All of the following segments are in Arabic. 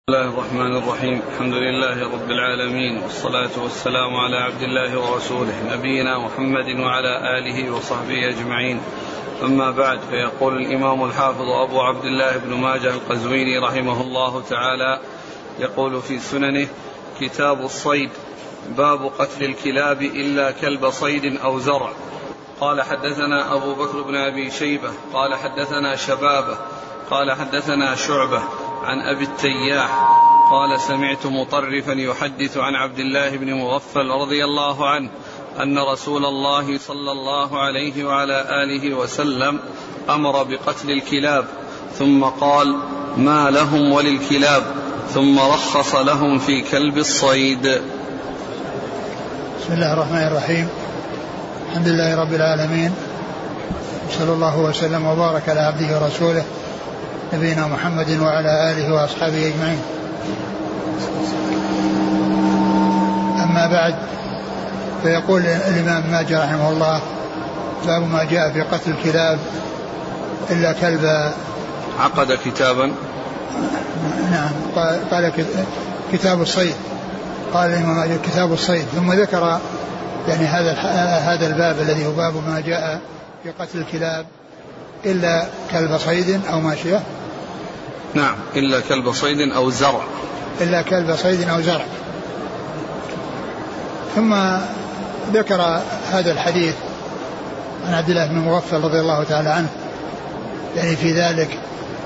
بسم الله الرحمن الرحيم. الحمد لله رب العالمين، والصلاة والسلام على عبد الله ورسوله نبينا محمد وعلى آله وصحبه أجمعين. أما بعد، فيقول الإمام الحافظ أبو عبد الله بن ماجه القزويني رحمه الله تعالى، يقول في سننه: كتاب الصيد، باب قتل الكلاب إلا كلب صيد أو زرع. قال: حدثنا أبو بكر بن أبي شيبة قال حدثنا شبابة قال حدثنا شعبة عن أبي التياح قال: سمعت مطرفا يحدث عن عبد الله بن مغفل رضي الله عنه أن رسول الله صلى الله عليه وعلى آله وسلم أمر بقتل الكلاب، ثم قال: ما لهم وللكلاب، ثم رخص لهم في كلب الصيد. بسم الله الرحمن الرحيم. الحمد لله رب العالمين، صلى الله وسلم وبارك على عبده ورسوله نبينا محمد وعلى آله وأصحابه أجمعين. أما بعد، فيقول الإمام ماجه رحمه الله: باب ما جاء في قتل الكلاب إلا كلب. عقد كتابا. نعم، قال كتاب الصيد. قال الإمام ماجه كتاب الصيد، ثم ذكر يعني هذا الباب الذي هو باب ما جاء في قتل الكلاب إلا كلب صيد أو ماشية. نعم، إلا كلب صيد أو زرع. إلا كلب صيد أو زرع. ثم ذكر هذا الحديث عن عبد الله بن مغفل رضي الله تعالى عنه يعني في ذلك،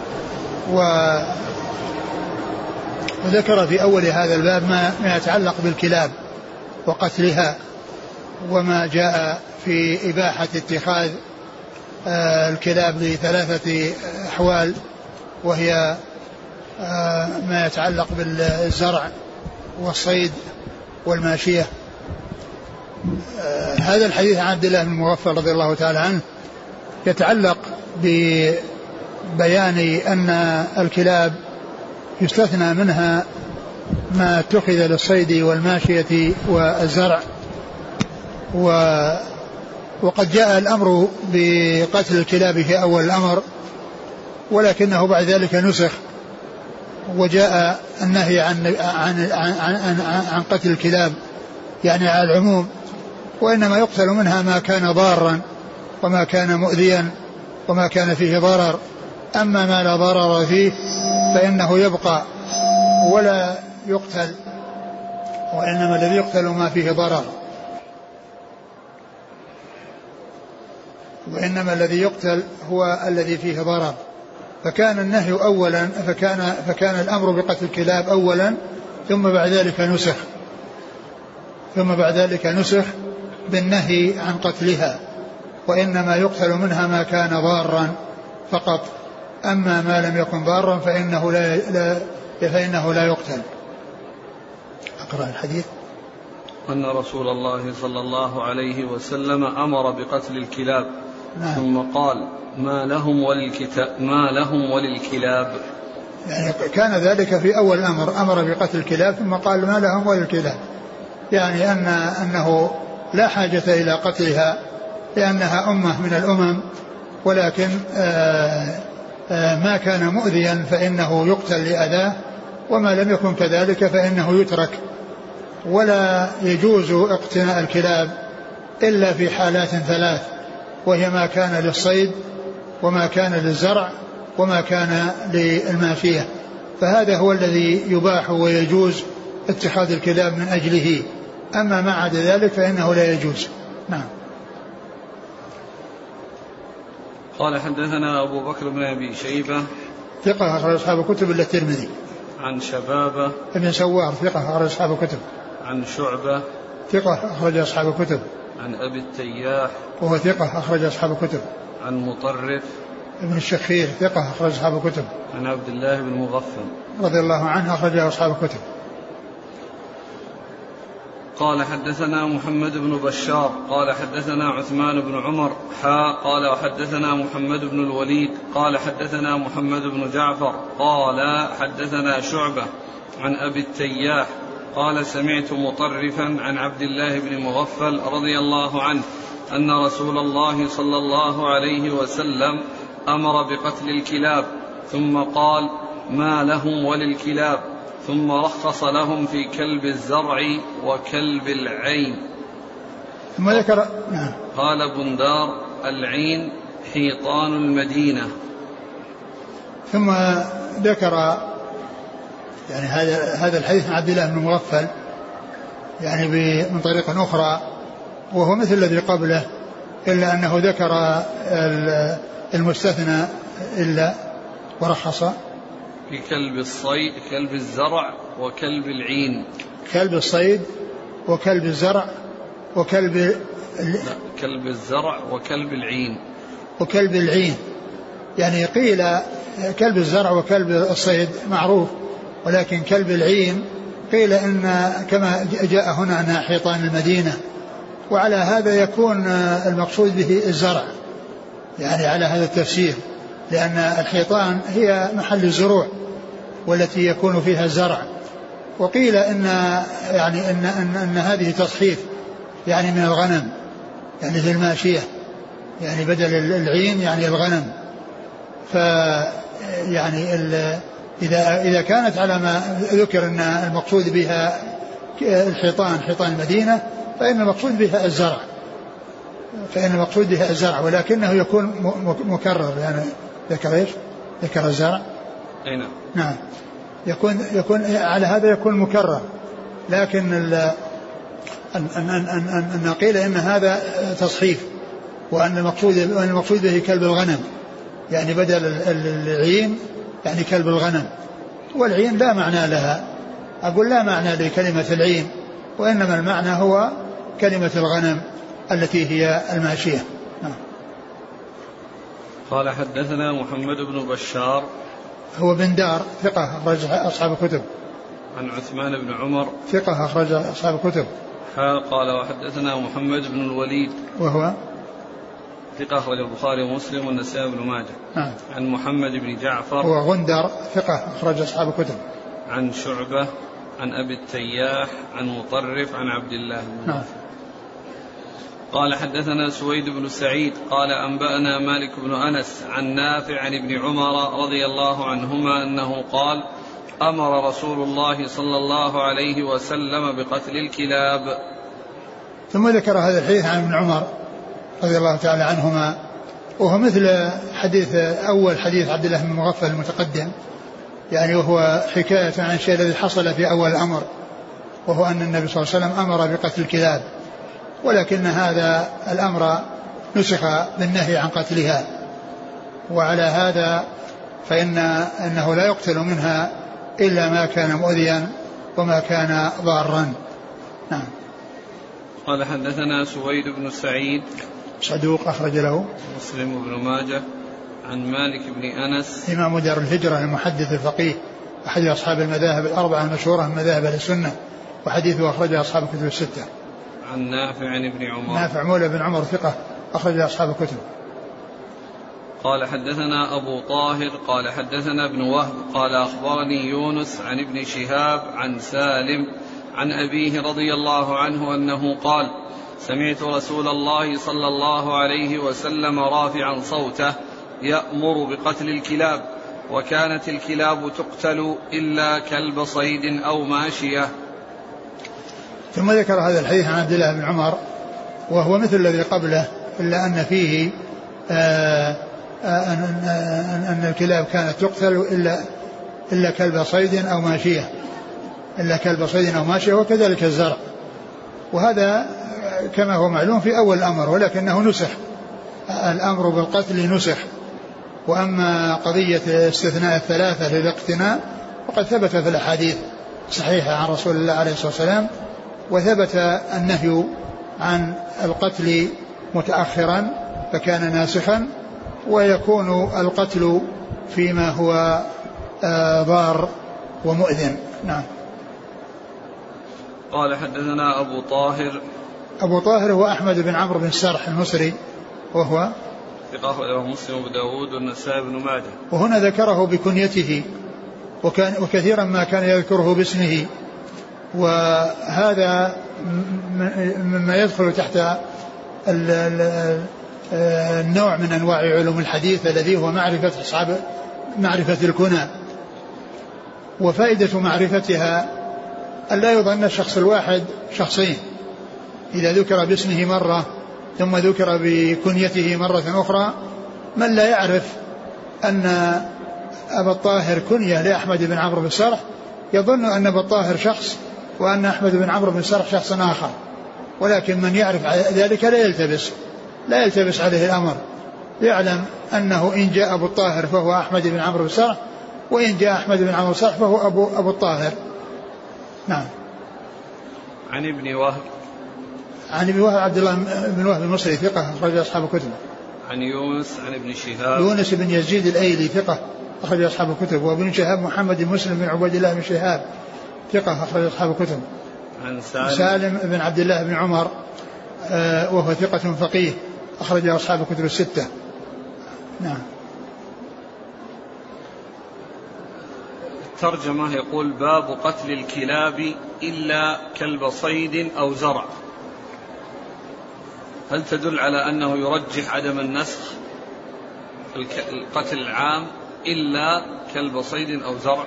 وذكر في أول هذا الباب ما يتعلق بالكلاب وقتلها، وما جاء في إباحة اتخاذ الكلاب لثلاثة أحوال، وهي ما يتعلق بالزرع والصيد والماشية. هذا الحديث عن عبد الله بن مغفل رضي الله تعالى عنه يتعلق ببيان أن الكلاب يستثنى منها ما اتخذ للصيد والماشية والزرع، وقد جاء الأمر بقتل الكلاب في أول الأمر، ولكنه بعد ذلك نسخ، وجاء النهي عن قتل الكلاب يعني على العموم، وإنما يقتل منها ما كان ضارا وما كان مؤذيا وما كان فيه ضرر. أما ما لا ضرر فيه فإنه يبقى ولا يقتل، وإنما الذي يقتل ما فيه ضرر، وإنما الذي يقتل هو الذي فيه ضرر. فكان النهي أولا، فكان الأمر بقتل الكلاب أولا، ثم بعد ذلك نسخ بالنهي عن قتلها، وإنما يقتل منها ما كان ضارا فقط، أما ما لم يكن ضارا فإنه لا يقتل. أقرأ الحديث. أن رسول الله صلى الله عليه وسلم أمر بقتل الكلاب. نعم. ثم قال: ما لهم وللكلاب. يعني كان ذلك في أول الأمر، أمر بقتل الكلاب ثم قال: ما لهم وللكلاب، يعني أنه لا حاجة إلى قتلها لأنها أمة من الأمم، ولكن ما كان مؤذيا فإنه يقتل لأذاه، وما لم يكن كذلك فإنه يترك. ولا يجوز اقتناء الكلاب إلا في حالات ثلاث، وهي ما كان للصيد وما كان للزرع وما كان للماشية، فهذا هو الذي يباح ويجوز اتخاذ الكلاب من أجله، أما ما عدا ذلك فإنه لا يجوز. نعم. قال: حدثنا أبو بكر بن أبي شيبة ثقة أخرج أصحاب الكتب إلا الترمذي. عن شبابة ابن سوار ثقة أخرج أصحاب الكتب. عن شعبة ثقة أخرج أصحاب الكتب. عن أبي التياح وهو ثقة أخرج أصحاب الكتب. عن مطرف ابن الشخير ثقة أخرج أصحاب الكتب. عن عبد الله بن مغفل رضي الله عنه أخرج أصحاب الكتب. قال: حدثنا محمد بن بشار قال حدثنا عثمان بن عمر قال: وحدثنا محمد بن الوليد قال حدثنا محمد بن جعفر قال حدثنا شعبة عن أبي التياح قال: سمعت مطرفا عن عبد الله بن مغفل رضي الله عنه أن رسول الله صلى الله عليه وسلم أمر بقتل الكلاب، ثم قال: ما لهم وللكلاب، ثم رخص لهم في كلب الزرع وكلب العين. ثم ذكر قال بندار: العين حيطان المدينة. ثم ذكر يعني هذا الحديث عن عبد الله بن مغفل يعني من طريق أخرى وهو مثل الذي قبله، إلا أنه ذكر المستثنى إلا ورخص في كلب الصيد، كلب الزرع وكلب العين. كلب الصيد وكلب الزرع وكلب كلب الزرع وكلب العين. وكلب العين يعني قيل كلب الزرع وكلب الصيد معروف، ولكن كلب العين قيل إن كما جاء هنا أنها حيطان المدينة، وعلى هذا يكون المقصود به الزرع، يعني على هذا التفسير، لأن الحيطان هي محل الزروع والتي يكون فيها الزرع. وقيل إن يعني إن هذه تصحيف يعني من الغنم، يعني في الماشية، يعني بدل العين يعني الغنم. يعني إذا كانت على ما ذكر أن المقصود بها الحيطان حيطان المدينة، فإن المقصود بها الزرع، ولكنه يكون مكرر، يعني ذكر ايش؟ ذكر الزرع. نعم يكون على هذا يكون مكرر، لكن أن قيل إن هذا تصحيف، وأن المقصود به كلب الغنم، يعني بدل العين يعني كلب الغنم. والعين لا معنى لها، أقول لا معنى لكلمة العين، وإنما المعنى هو كلمة الغنم التي هي الماشية. قال حدثنا محمد بن بشار هو بندار ثقة أخرج أصحاب الكتب. عن عثمان بن عمر ثقة أخرج أصحاب الكتب. قال وحدثنا محمد بن الوليد وهو ثقة أخرج البخاري ومسلم والنسائي بن ماجه. عن محمد بن جعفر هو غندر ثقة أخرج أصحاب الكتب. عن شعبة عن أبي التياح عن مطرف عن عبد الله بن قال حدثنا سويد بن سعيد قال أنبأنا مالك بن أنس عن نافع عن ابن عمر رضي الله عنهما أنه قال: أمر رسول الله صلى الله عليه وسلم بقتل الكلاب. ثم ذكر هذا الحديث عن ابن عمر رضي الله تعالى عنهما، وهو مثل حديث أول حديث عبد الله بن مغفل المتقدم، يعني وهو حكاية عن الشيء الذي حصل في أول الأمر، وهو أن النبي صلى الله عليه وسلم أمر بقتل الكلاب، ولكن هذا الأمر نسخ بالنهي عن قتلها، وعلى هذا فإنه لا يقتل منها إلا ما كان مؤذيا وما كان ضارا. نعم. قال حدثنا سويد بن سعيد صدوق أخرج له مسلم بن ماجه عن مالك بن أنس إمام دار الهجرة المحدث الفقيه أحد أصحاب المذاهب الأربعة المشهورة من مذاهب أهل السنة، وحديثه أخرجه أصحاب الكتب الستة. عن نافع عن ابن عمر نافع مولى بن عمر ثقة أخرج أصحاب الكتب. قال حدثنا أبو طاهر قال حدثنا ابن وهب قال أخبرني يونس عن ابن شهاب عن سالم عن أبيه رضي الله عنه أنه قال: سمعت رسول الله صلى الله عليه وسلم رافعا صوته يأمر بقتل الكلاب، وكانت الكلاب تقتل إلا كلب صيد أو ماشية. ثم ذكر هذا الحديث عن عبد الله بن عمر وهو مثل الذي قبله، إلا أن فيه أن الكلاب كانت تقتل إلا كلب صيد أو ماشية، وكذلك الزرع. وهذا كما هو معلوم في أول الأمر، ولكنه نسخ، الأمر بالقتل نسخ. وأما قضية استثناء الثلاثة للاقتناء وقد ثبت في الأحاديث صحيحة عن رسول الله عليه الصلاة والسلام، وثبت النهي عن القتل متأخرا فكان ناسخا، ويكون القتل فيما هو ضار ومؤذن. نعم. قال حدثنا أبو طاهر هو أحمد بن عمرو بن السرح المصري، وهو ثقة مسلم وأبو داود والنسائي بن ماجه. وهنا ذكره بكنيته، وكثيرا ما كان يذكره باسمه، وهذا مما يدخل تحت النوع من أنواع علوم الحديث الذي هو معرفة الكنى. وفائدة معرفتها أن لا يظن الشخص الواحد شخصين، إذا ذكر باسمه مرة ثم ذكر بكنيته مرة أخرى، من لا يعرف أن أبا الطاهر كنية لأحمد بن عمرو بن سرح يظن أن أبا الطاهر شخص وأن أحمد بن عمرو بن سرح شخص آخر، ولكن من يعرف ذلك لا يلتبس عليه الأمر، يعلم أنه إن جاء أبو الطاهر فهو أحمد بن عمرو بن سرح، وإن جاء أحمد بن عمرو بن سرح فهو أبو الطاهر. نعم. عن ابن وهب عبد الله بن وهب المصري ثقة أخرج أصحاب الكتب. عن يونس عن ابن شهاب يونس بن يزيد الأيلي ثقة أخرج أصحاب الكتب. وابن شهاب محمد بن مسلم بن عبيد الله بن شهاب ثقة أخرج أصحاب الكتب. عن سالم بن عبد الله بن عمر وهو ثقة فقيه أخرج أصحاب الكتب الستة. نعم. الترجمة يقول باب قتل الكلاب إلا كلب صيد أو زرع. هل تدل على أنه يرجح عدم النسخ القتل العام إلا كلب صيد أو زرع؟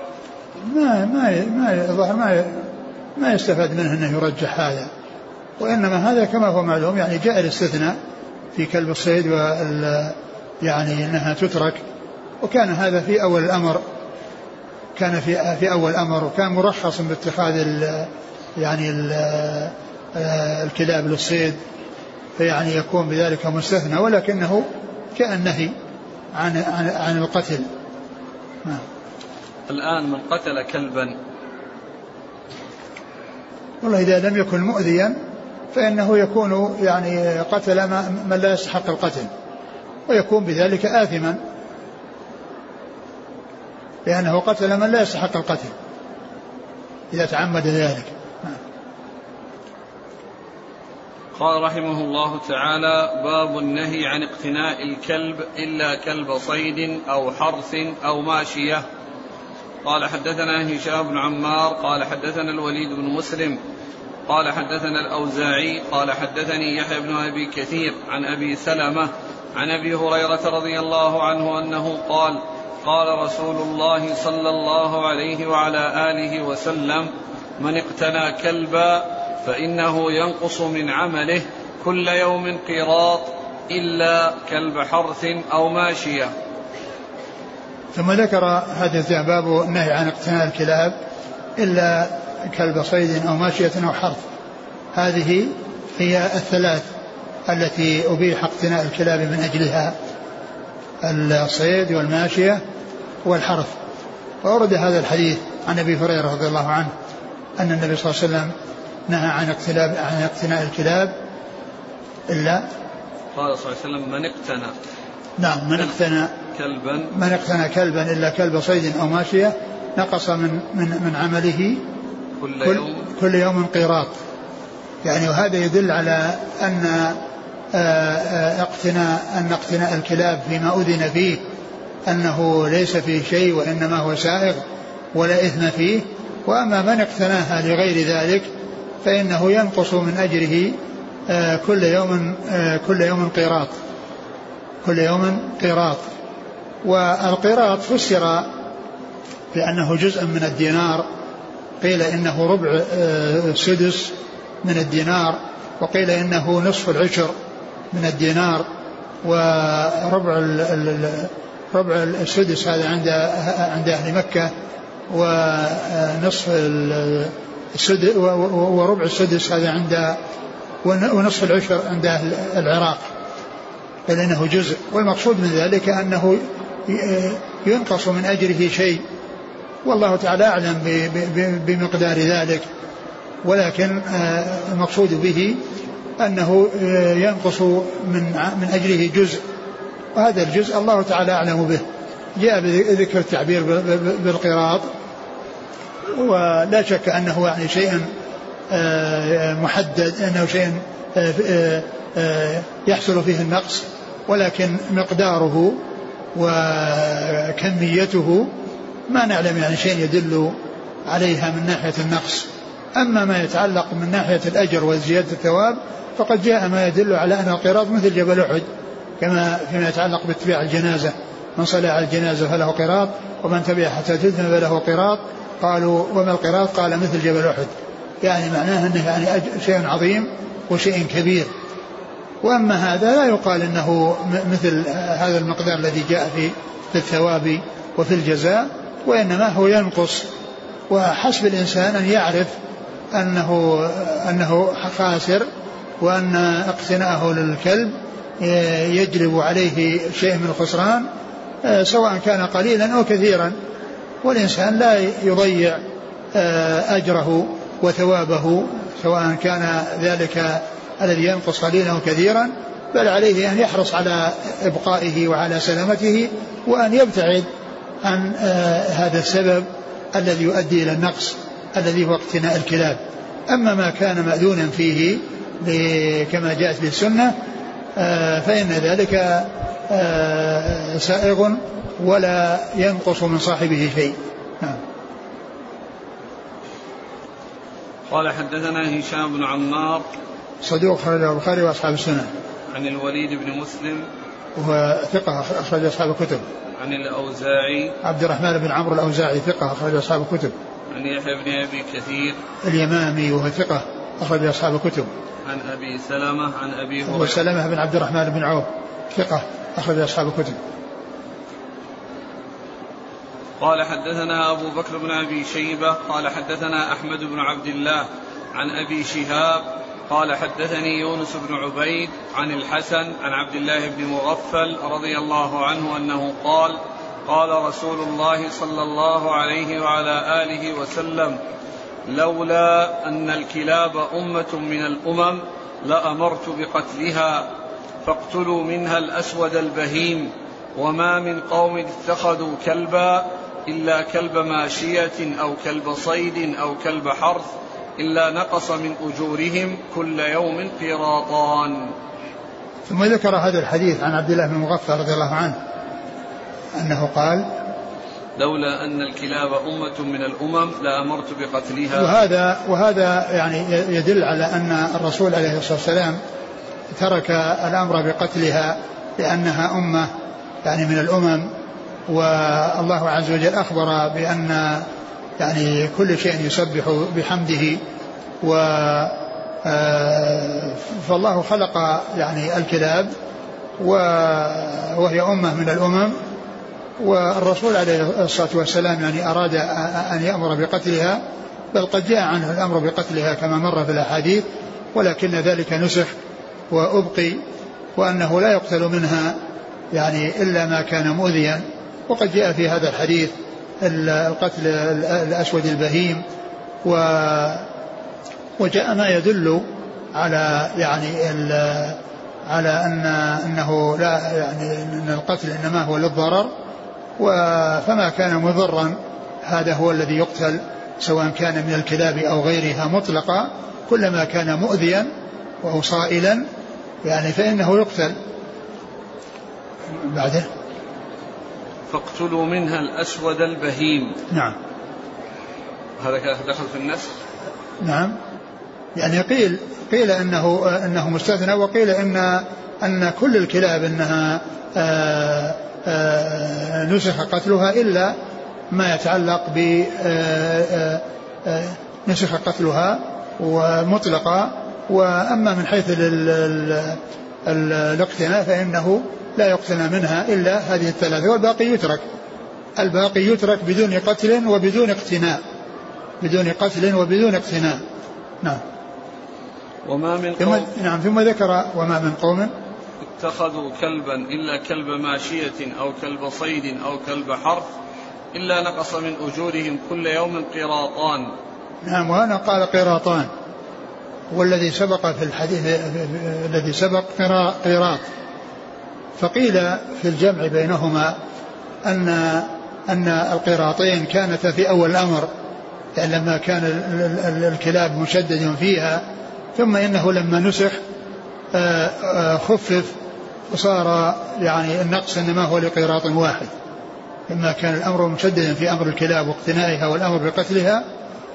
ما يستفاد منه أنه يرجح هذا، وإنما هذا كما هو معلوم يعني جاء الاستثناء في كلب الصيد يعني أنها تترك، وكان هذا في أول الأمر، كان في أول الأمر، وكان مرخص باتخاذ الكلاب للصيد، فيعني يكون بذلك مستثنى، ولكنه جاء النهي عن القتل. الآن من قتل كلبا، والله إذا لم يكن مؤذيا فإنه يكون يعني قتل من لا يستحق القتل، ويكون بذلك آثما لأنه قتل من لا يستحق القتل إذا تعمد ذلك. قال رحمه الله تعالى باب النهي عن اقتناء الكلب إلا كلب صيد أو حرث أو ماشية. قال حدثنا هشام بن عمار قال حدثنا الوليد بن مسلم قال حدثنا الأوزاعي قال حدثني يحيى بن أبي كثير عن أبي سلمة عن أبي هريرة رضي الله عنه أنه قال قال رسول الله صلى الله عليه وعلى آله وسلم من اقتنى كلبا فإنه ينقص من عمله كل يوم قيراط إلا كلب حرث أو ماشية. ثم ذكر هذا باب النهي عن اقتناء الكلاب إلا كلب صيد أو ماشية أو حرث. هذه هي الثلاث التي أبيح اقتناء الكلاب من أجلها، الصيد والماشية والحرث. وأورد هذا الحديث عن أبي هريرة رضي الله عنه أن النبي صلى الله عليه وسلم نهى عن اقتناء الكلاب إلا، قال صلى الله عليه وسلم من اقتنى، نعم، من اقتنى كلبا إلا كلب صيد أو ماشية نقص من عمله كل يوم قيراط. يعني وهذا يدل على أن اقتناء الكلاب فيما أذن فيه أنه ليس فيه شيء وإنما هو سائغ ولا إثم فيه. وأما من اقتناها لغير ذلك فإنه ينقص من أجره كل يوم قيراط. والقيراط فسر بأنه جزء من الدينار، قيل إنه ربع سدس من الدينار، وقيل إنه نصف العشر من الدينار، ربع السدس هذا عند أهل مكة، ونصف السدس وربع السدس هذا ونصف العشر عند أهل العراق، بل إنه جزء. والمقصود من ذلك أنه ينقص من أجره شيء، والله تعالى أعلم بمقدار ذلك، ولكن المقصود به أنه ينقص من أجره جزء، وهذا الجزء الله تعالى أعلم به. جاء بذكر التعبير بالقراط، ولا شك أنه يعني شيء محدد، أنه شيء يحصل فيه النقص، ولكن مقداره وكميته ما نعلم يعني شيء يدل عليها من ناحية النقص. أما ما يتعلق من ناحية الأجر وزيادة الثواب فقد جاء ما يدل على أن القراط مثل جبل أحد، كما فيما يتعلق باتباع الجنازة، من صلى على الجنازة فله قراط، ومن تبع حتى تدفن فله قراط، قالوا وما القراط؟ قال مثل جبل أحد، يعني معناه أنه يعني شيء عظيم وشيء كبير. وأما هذا لا يقال أنه مثل هذا المقدار الذي جاء في الثواب وفي الجزاء، وإنما هو ينقص. وحسب الإنسان أن يعرف أنه خاسر، وأن اقتناءه للكلب يجلب عليه شيء من الخسران سواء كان قليلا أو كثيرا، والإنسان لا يضيع أجره وثوابه سواء كان ذلك الذي ينقص قليلا أو كثيرا، بل عليه أن يحرص على إبقائه وعلى سلامته، وأن يبتعد عن هذا السبب الذي يؤدي إلى النقص الذي هو اقتناء الكلاب. أما ما كان مأذونا فيه كما جاءت به السنة فإن ذلك سائغ ولا ينقص من صاحبه شيء. قال حدثنا هشام بن عمار صدوق أخرج البخاري وأصحاب السنن. عن الوليد بن مسلم وهو ثقة أخرج أصحاب الكتب. عن الأوزاعي عبد الرحمن بن عمرو الأوزاعي ثقة أخرج أصحاب الكتب. عن يحيى بن أبي كثير اليمامي وهو ثقة أخرج أصحاب الكتب. عن أبي سلمة عن أبي هريرة وسلمة بن عبد الرحمن بن عوف ثقة أخرج أصحاب الكتب. قال حدثنا أبو بكر بن أبي شيبة قال حدثنا أحمد بن عبد الله عن أبي شهاب قال حدثني يونس بن عبيد عن الحسن عن عبد الله بن مغفل رضي الله عنه أنه قال قال رسول الله صلى الله عليه وعلى آله وسلم لولا أن الكلاب أمة من الأمم لأمرت بقتلها فاقتلوا منها الأسود البهيم وما من قوم اتخذوا كلبا إلا كلب ماشية أو كلب صيد أو كلب حرث إلا نقص من أجورهم كل يوم قيراطان. ثم ذكر هذا الحديث عن عبد الله بن مغفل رضي الله عنه أنه قال لولا أن الكلاب أمة من الأمم لأمرت بقتلها. وهذا يعني يدل على أن الرسول عليه الصلاة والسلام ترك الأمر بقتلها لأنها أمة يعني من الأمم، والله عز وجل أخبر بأن يعني كل شيء يسبح بحمده، فالله خلق يعني الكلاب وهي أمة من الأمم، والرسول عليه الصلاة والسلام يعني أراد أن يأمر بقتلها، بل قد جاء عنه الأمر بقتلها كما مر في الأحاديث، ولكن ذلك نسخ وأبقي، وأنه لا يقتل منها يعني إلا ما كان مؤذيا. وقد جاء في هذا الحديث القتل الأسود البهيم، وجاء ما يدل على يعني على أنه لا يعني أن القتل إنما هو للضرر، فما كان مضرا هذا هو الذي يقتل سواء كان من الكلاب أو غيرها مطلقا، كلما كان مؤذيا أو صائلا يعني فإنه يقتل. بعده فاقتلوا منها الأسود البهيم. نعم هذا دخل في النسخ. نعم يعني قيل انه مستثنى، وقيل ان كل الكلاب انها نسخ قتلها الا ما يتعلق ب نسخ قتلها ومطلقا، واما من حيث الاقتناء فانه لا يقتنى منها الا هذه الثلاثه، والباقي يترك. الباقي يترك بدون قتل وبدون اقتناء، بدون قتل وبدون اقتناء. نعم. وما من قوم نعم ثم ذكر وما من قوم اتخذوا كلبا إلا كلب ماشية أو كلب صيد أو كلب حرث إلا نقص من أجورهم كل يوم قيراطان. نعم وهنا قال قيراطان، والذي سبق في الحديث الذي سبق قيراط، فقيل في الجمع بينهما أن القيراطين كانت في أول الأمر يعني لما كان الكلاب مشدد فيها، ثم إنه لما نسخ خفف وصار يعني النقص إنما هو لقيراط واحد. لما كان الأمر مشددا في أمر الكلاب واقتنائها والأمر بقتلها،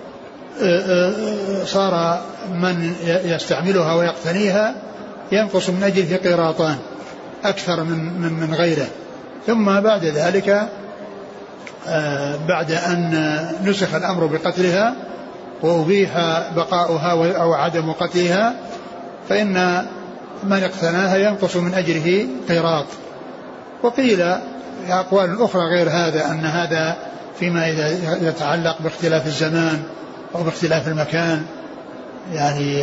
صار من يستعملها ويقتنيها ينقص من أجله قيراطان أكثر من غيره. ثم بعد ذلك بعد أن نسخ الأمر بقتلها وأبيح بقاؤها أو عدم قتلها فإن من اقتناها ينقص من أجره قيراط. وقيل أقوال أخرى غير هذا أن هذا فيما إذا يتعلق باختلاف الزمان أو باختلاف المكان يعني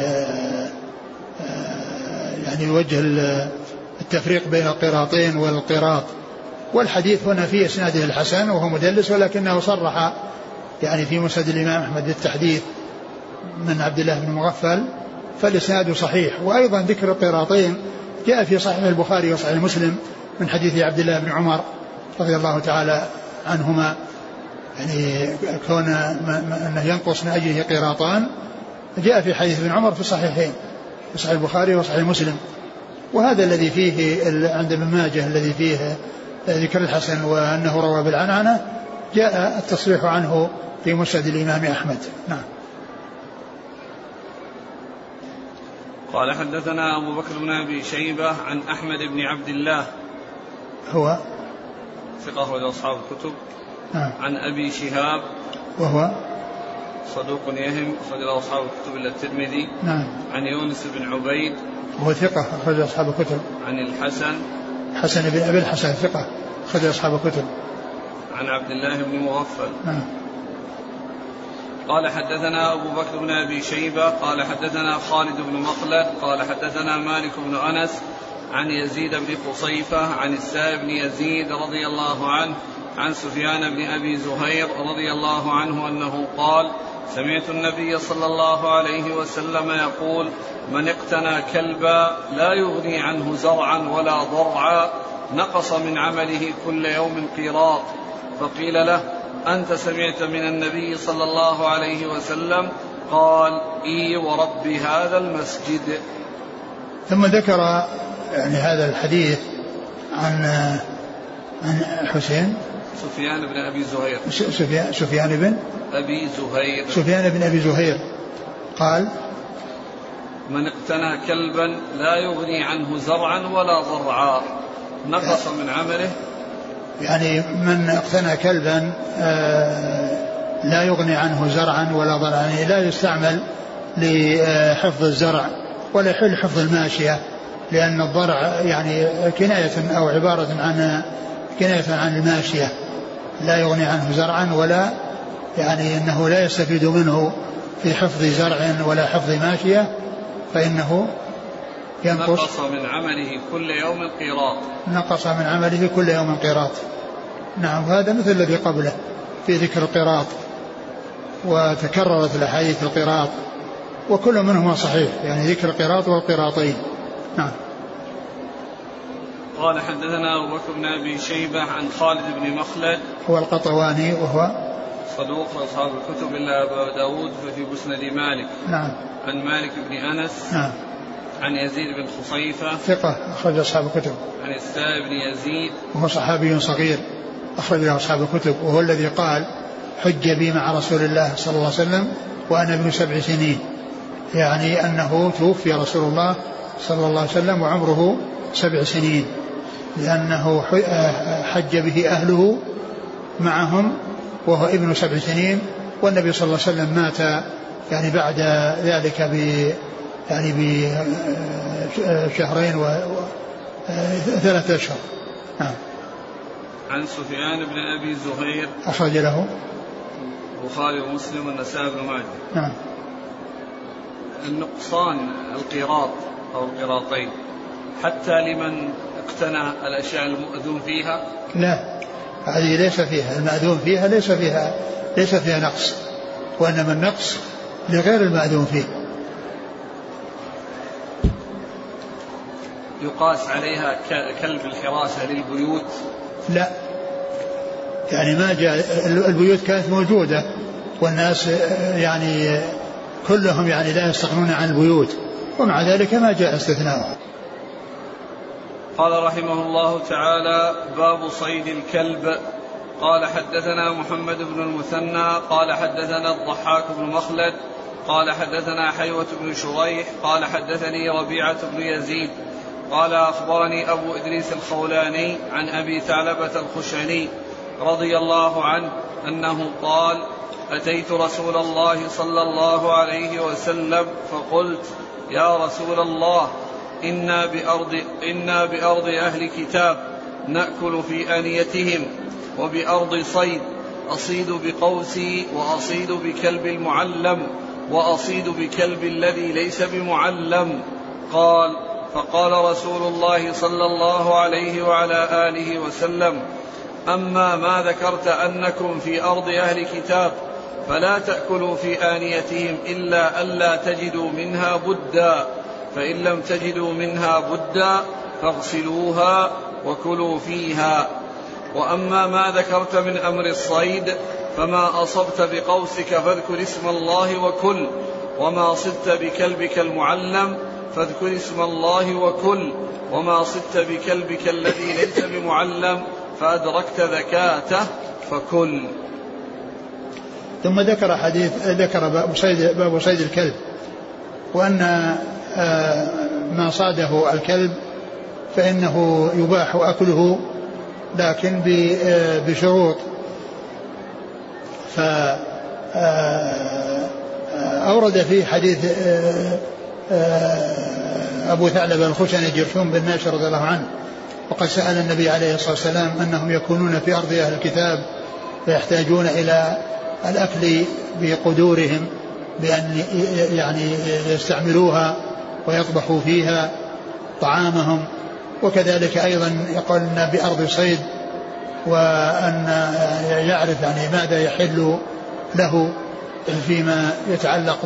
يوجه التفريق بين القيراطين والقيراط. والحديث هنا في إسناده الحسن وهو مدلس ولكنه صرح يعني في مسند الإمام أحمد بالتحديث من عبد الله بن مغفل فالإسناد صحيح. وأيضا ذكر القيراطين جاء في صحيح البخاري وصحيح مسلم من حديث عبد الله بن عمر رضي الله تعالى عنهما يعني كون أنه ينقص من أجله قيراطان جاء في حديث ابن عمر في الصحيحين في صحيح البخاري وصحيح مسلم. وهذا الذي فيه عند ابن ماجه الذي فيه ذكر الحسن وأنه روى بالعنعنة جاء التصريح عنه في مسند الإمام أحمد. نعم. قال حدثنا أبو بكر بن أبي شيبة عن أحمد بن عبد الله هو ثقة أخرج أصحاب الكتب. نعم. عن أبي شهاب وهو صدوق يهم أخرج أصحاب الكتب إلا الترمذي. نعم. عن يونس بن عبيد وهو ثقة أخرج أصحاب الكتب. عن الحسن حسن بن أبي الحسن ثقة أخرج أصحاب الكتب. عن عبد الله بن مغفل. نعم. قال حدثنا أبو بكر بن أبي شيبة قال حدثنا خالد بن مخلد قال حدثنا مالك بن أنس عن يزيد بن قصيفة عن السائب بن يزيد رضي الله عنه عن سفيان بن أبي زهير رضي الله عنه أنه قال سمعت النبي صلى الله عليه وسلم يقول من اقتنى كلبا لا يغني عنه زرعا ولا ضرعا نقص من عمله كل يوم قيراط. فقيل له أنت سمعت من النبي صلى الله عليه وسلم؟ قال إي ورب هذا المسجد. ثم ذكر يعني هذا الحديث عن حسين سفيان بن أبي زهير سفيان بن أبي زهير قال من اقتنى كلبا لا يغني عنه زرعا ولا ضرعا نقص من عمله. يعني من اقتنى كلبا لا يغني عنه زرعا ولا ضرعا يعني لا يستعمل لحفظ الزرع ولا يحل حفظ الماشية لأن الضرع يعني كناية أو عبارة عن كناية عن الماشية لا يغني عنه زرعا ولا يعني أنه لا يستفيد منه في حفظ زرع ولا حفظ ماشية فإنه نقص من عمله كل يوم قيراط. نقص من عمله كل يوم قيراط. نعم. هذا مثل الذي قبله في ذكر القيراط وتكررت الأحاديث القيراط وكل منهما صحيح يعني ذكر القيراط والقيراطين. نعم. قال حدثنا أبو بكر بن أبي شيبة عن خالد بن مخلد هو القطواني وهو صدوق أصحاب الكتب إلا أبا داود في مسند مالك. نعم. عن مالك بن أنس. نعم. عن يزيد بن خصيفة ثقة أخرج أصحاب الكتب. عن السائب بن يزيد وهو صحابي صغير أخرج له أصحاب الكتب وهو الذي قال حج بي مع رسول الله صلى الله عليه وسلم وأنا ابن 7 سنين يعني أنه توفي رسول الله صلى الله عليه وسلم وعمره 7 سنين لأنه حج به أهله معهم وهو ابن 7 سنين والنبي صلى الله عليه وسلم مات يعني بعد ذلك يعني بشهرين و3 أشهر. نعم. عن سفيان بن أبي زهير أخرج له البخاري ومسلم والنسائي بن ماجه. نعم. النقصان القيراط أو القيراطين حتى لمن اقتنى الأشياء المؤذون فيها؟ لا هذه ليس فيها المأذون فيها ليس فيها نقص وإنما النقص لغير المأذون فيه. يقاس عليها كلب الحراسة للبيوت؟ لا يعني ما جاء البيوت كانت موجودة والناس يعني كلهم يعني لا يستغنون عن البيوت ومع ذلك ما جاء استثناء. قال رحمه الله تعالى باب صيد الكلب. قال حدثنا محمد بن المثنى قال حدثنا الضحاك بن مخلد قال حدثنا حيوة بن شريح قال حدثني ربيعة بن يزيد قال أخبرني أبو إدريس الخولاني عن أبي ثعلبة الخشني رضي الله عنه أنه قال: أتيت رسول الله صلى الله عليه وسلم فقلت: يا رسول الله، إنا بأرض أهل كتاب نأكل في آنيتهم، وبأرض صيد أصيد بقوسي وأصيد بكلب المعلم وأصيد بكلب الذي ليس بمعلم. فقال رسول الله صلى الله عليه وعلى آله وسلم: أما ما ذكرت أنكم في أرض أهل كتاب فلا تأكلوا في آنيتهم إلا ألا تجدوا منها بدا، فإن لم تجدوا منها بدا فاغسلوها وكلوا فيها. وأما ما ذكرت من أمر الصيد فما أصبت بقوسك فاذكر اسم الله وكل، وما صدت بكلبك المعلم فاذكر اسم الله وكل، وما صدت بكلبك الذي ليس بمعلم فأدركت ذكاته فكل. ثم ذكر باب صيد الكلب، وأن ما صاده الكلب فإنه يباح أكله لكن بشروط. فأورد في حديث أبو ثعلب الخشني جرثوم بن ناشر رضي الله عنه، وقد سأل النبي عليه الصلاة والسلام أنهم يكونون في أرض أهل الكتاب فيحتاجون إلى الأكل بقدورهم بأن يعني يستعملوها ويطبخوا فيها طعامهم، وكذلك أيضا يقولنا بأرض صيد، وأن يعرف يعني ماذا يحل له فيما يتعلق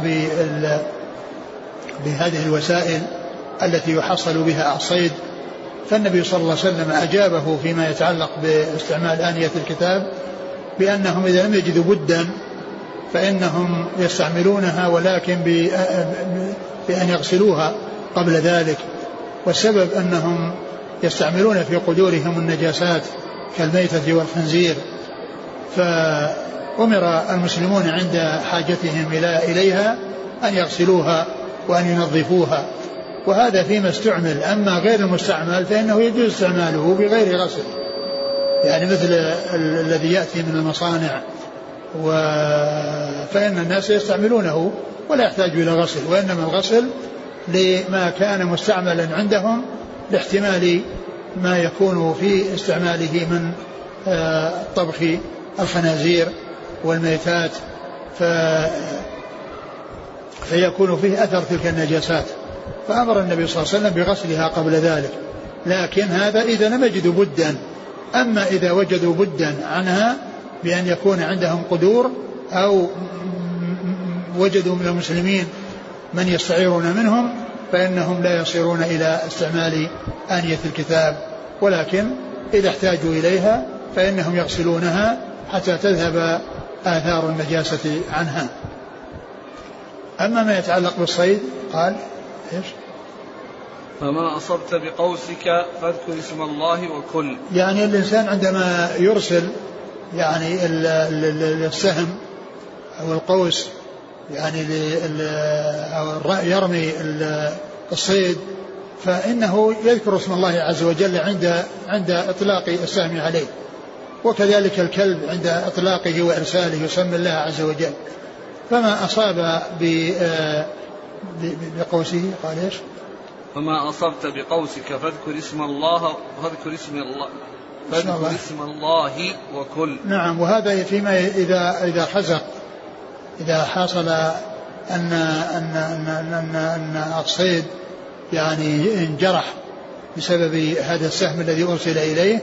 بهذه الوسائل التي يحصل بها الصيد. فالنبي صلى الله عليه وسلم أجابه فيما يتعلق باستعمال آنية الكتاب بأنهم إذا لم يجدوا بدا فإنهم يستعملونها، ولكن بأن يغسلوها قبل ذلك. والسبب أنهم يستعملون في قدورهم النجاسات كالميتة والخنزير، فأمر المسلمون عند حاجتهم إليها أن يغسلوها وأن ينظفوها، وهذا فيما استعمل. أما غير المستعمل فإنه يجوز استعماله بغير غسل، يعني مثل الذي يأتي من المصانع فإن الناس يستعملونه ولا يحتاج إلى غسل، وإنما الغسل لما كان مستعملا عندهم لاحتمال ما يكون في استعماله من طبخ الخنازير والميتات فيكون فيه أثر تلك النجاسات، فأمر النبي صلى الله عليه وسلم بغسلها قبل ذلك. لكن هذا إذا لم يجدوا بدا. أما إذا وجدوا بدا عنها بأن يكون عندهم قدور أو وجدوا من المسلمين من يستعيرون منهم فإنهم لا يصيرون إلى استعمال آنية الكتاب، ولكن إذا احتاجوا إليها فإنهم يغسلونها حتى تذهب آثار النجاسة عنها. أما ما يتعلق بالصيد قال إيش؟ فما أصبت بقوسك فاذكر اسم الله وكل. يعني الإنسان عندما يرسل يعني السهم أو القوس يعني أو يرمي الصيد فإنه يذكر اسم الله عز وجل عند إطلاق السهم عليه، وكذلك الكلب عند إطلاقه وإرساله يسمي الله عز وجل. فما أصاب بقوسه قال إيش؟ فما أصبت بقوسك فاذكر اسم الله فاذكر اسم الله وكل. نعم. وهذا فيما إذا حزق، إذا حصل أن الصيد يعني انجرح بسبب هذا السهم الذي أرسل إليه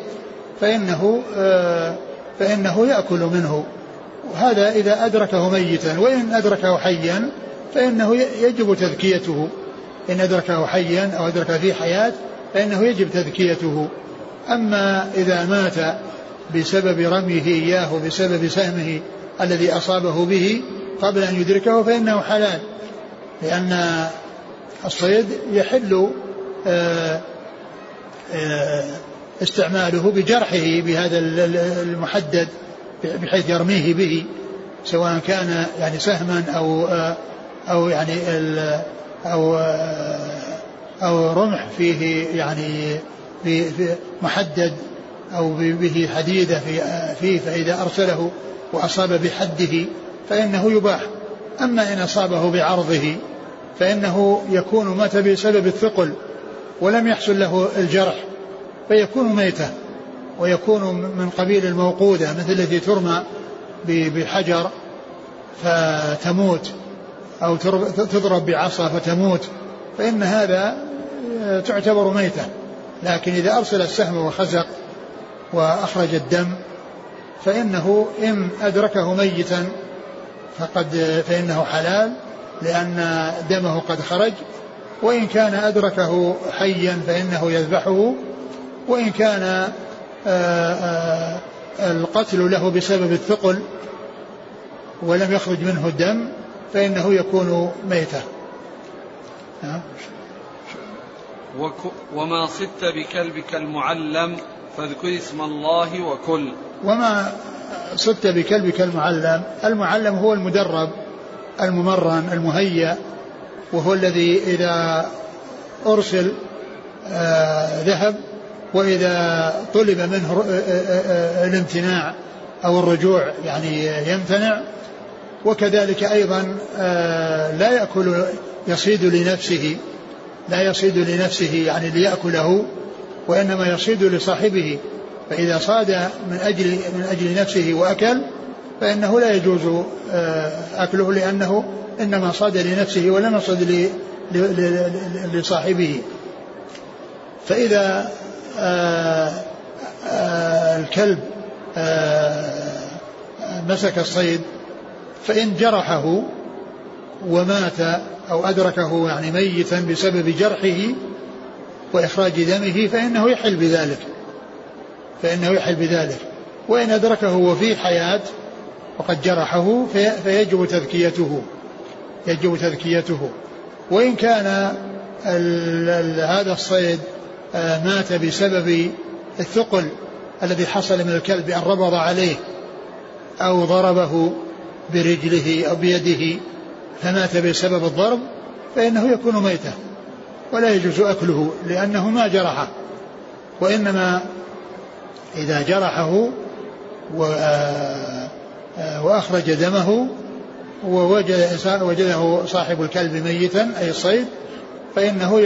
فإنه يأكل منه، وهذا إذا أدركه ميتا. وإن أدركه حيا فإنه يجب تذكيته، إن أدركه حيا أو أدرك فيه حياة فإنه يجب تذكيته. أما إذا مات بسبب رميه إياه بسبب سهمه الذي أصابه به قبل أن يدركه فإنه حلال، لأن الصيد يحل استعماله بجرحه بهذا المحدد بحيث يرميه به، سواء كان يعني سهما أو يعني أو رمح فيه يعني في محدد أو به حديدة فيه فإذا أرسله وأصاب بحده فإنه يباح. أما إن أصابه بعرضه فإنه يكون مات بسبب الثقل ولم يحصل له الجرح فيكون ميتة، ويكون من قبيل الموقودة مثل التي ترمى بحجر فتموت أو تضرب بعصا فتموت، فإن هذا تعتبر ميتة. لكن إذا أرسل السهم وخزق وأخرج الدم فإنه إن أدركه ميتا فإنه حلال لأن دمه قد خرج، وإن كان أدركه حيا فإنه يذبحه، وإن كان القتل له بسبب الثقل ولم يخرج منه الدم فإنه يكون ميتة. وما صدت بكلبك المعلم فاذكر اسم الله وكل. وما صدت بكلبك المعلم هو المدرب الممرن المهيأ، وهو الذي إذا أرسل ذهب، وإذا طلب منه الامتناع أو الرجوع يعني يمتنع. وكذلك أيضا لا يأكل يصيد لنفسه يعني ليأكله، وإنما يصيد لصاحبه، فإذا صاد من أجل نفسه وأكل فإنه لا يجوز أكله، لأنه إنما صاد لنفسه ولم يصد لصاحبه. فإذا الكلب مسك الصيد فإن جرحه ومات أو أدركه يعني ميتا بسبب جرحه وإخراج دمه فإنه يحل بذلك. وإن أدركه وفي حياة وقد جرحه فيجب تذكيته. وإن كان هذا الصيد مات بسبب الثقل الذي حصل من الكلب بأن ربض عليه أو ضربه برجله أو بيده فمات بسبب الضرب فإنه يكون ميتا ولا يجوز أكله لأنه ما جرحه، وإنما إذا جرحه وأخرج دمه ووجده صاحب الكلب ميتا أي الصيد فإنه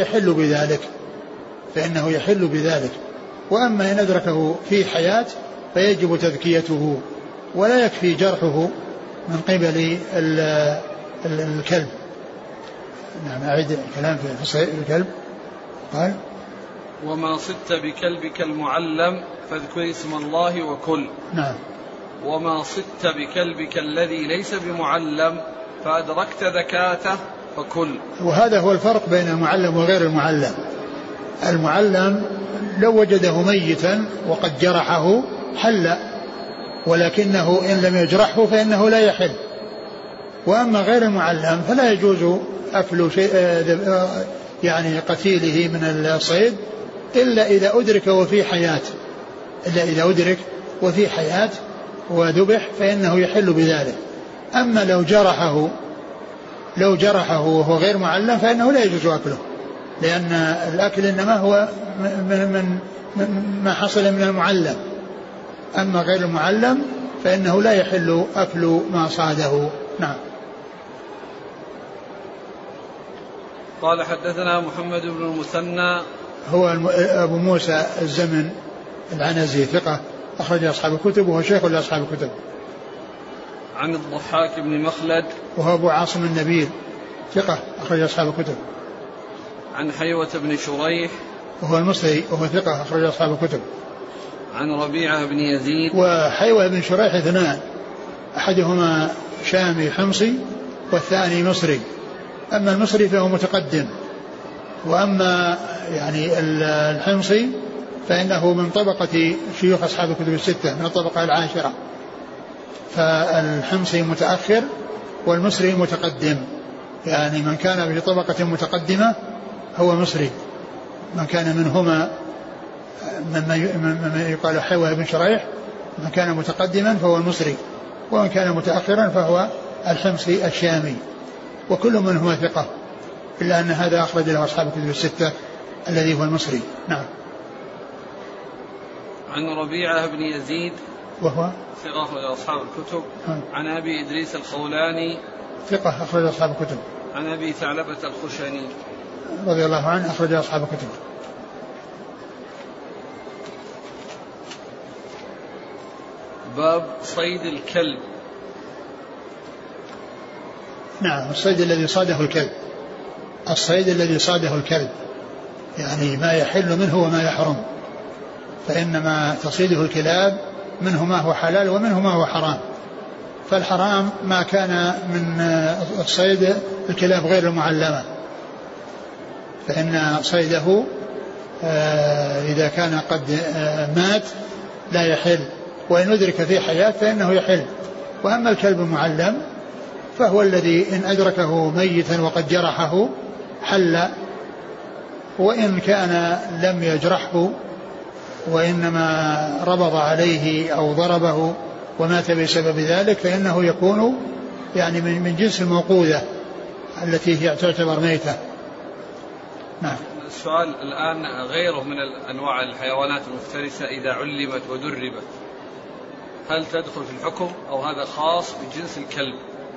يحل بذلك. وأما إن أدركه في حياة فيجب تذكيته ولا يكفي جرحه من قبل الكلب. نعم أعيد الكلام في الكلب. قال وما صدت بكلبك المعلم فاذكر اسم الله وكل. نعم. وما صدت بكلبك الذي ليس بمعلم فأدركت ذكاته فكل. وهذا هو الفرق بين المعلم وغير المعلم. المعلم لو وجده ميتا وقد جرحه حل، ولكنه إن لم يجرحه فإنه لا يحل. وأما غير المعلم فلا يجوز أكل شيء يعني قتيله من الصيد إلا إذا أدرك وفي حياة وذبح فإنه يحل بذلك. أما لو جرحه وهو غير معلم فإنه لا يجوز أكله، لأن الأكل إنما هو من ما حصل من المعلم. أما غير المعلم فإنه لا يحل أكل ما صاده. نعم. قال حدثنا محمد بن المثنى هو أبو موسى الزمن العنزي ثقة أخرج أصحاب الكتب وهو شيخ لأصحاب الكتب. عن الضحاك بن مخلد وهو أبو عاصم النبيل ثقة أخرج أصحاب الكتب. عن حيوة بن شريح وهو المصري وهو ثقة أخرج أصحاب الكتب. عن ربيعة بن يزيد. وحيوة بن شريح اثنان، أحدهما شامي حمصي والثاني مصري. أما المصري فهو متقدم، وأما يعني الحمصي فإنه من طبقة شيوخ أصحاب الكتب الستة من الطبقة العاشرة، فالحمصي متأخر والمصري متقدم، يعني من كان في طبقة متقدمة هو مصري، من كان منهما مما يقال حيوة بن شريح من كان متقدما فهو المصري، ومن كان متأخرا فهو الحمصي الشامي، وكل منهما ثقة إلا أن هذا أخرج له أصحاب الكتب الستة الذي هو المصري. نعم. عن ربيعة بن يزيد وهو ثقة أخرج أصحاب الكتب. عن أبي إدريس الخولاني ثقة أخرج أصحاب الكتب. عن أبي ثعلبة الخشني رضي الله عنه أخرج أصحاب الكتب. باب صيد الكلب. نعم، الصيد الذي صاده الكلب، الصيد الذي صاده الكلب يعني ما يحل منه وما يحرم، فإنما تصيده الكلاب منه ما هو حلال ومنه ما هو حرام. فالحرام ما كان من الصيد الكلاب غير المعلمة، فإن صيده إذا كان قد مات لا يحل، وإن أدرك في حياة فإنه يحل. وأما الكلب المعلم فهو الذي إن أدركه ميتا وقد جرحه حل، وإن كان لم يجرحه وإنما ربض عليه أو ضربه ومات بسبب ذلك فإنه يكون يعني من جنس الموقوذة التي هي تعتبر ميتة. نعم. السؤال الآن غيره من أنواع الحيوانات المفترسة إذا علمت ودربت هل تدخل في الحكم أو هذا خاص بجنس الكلب؟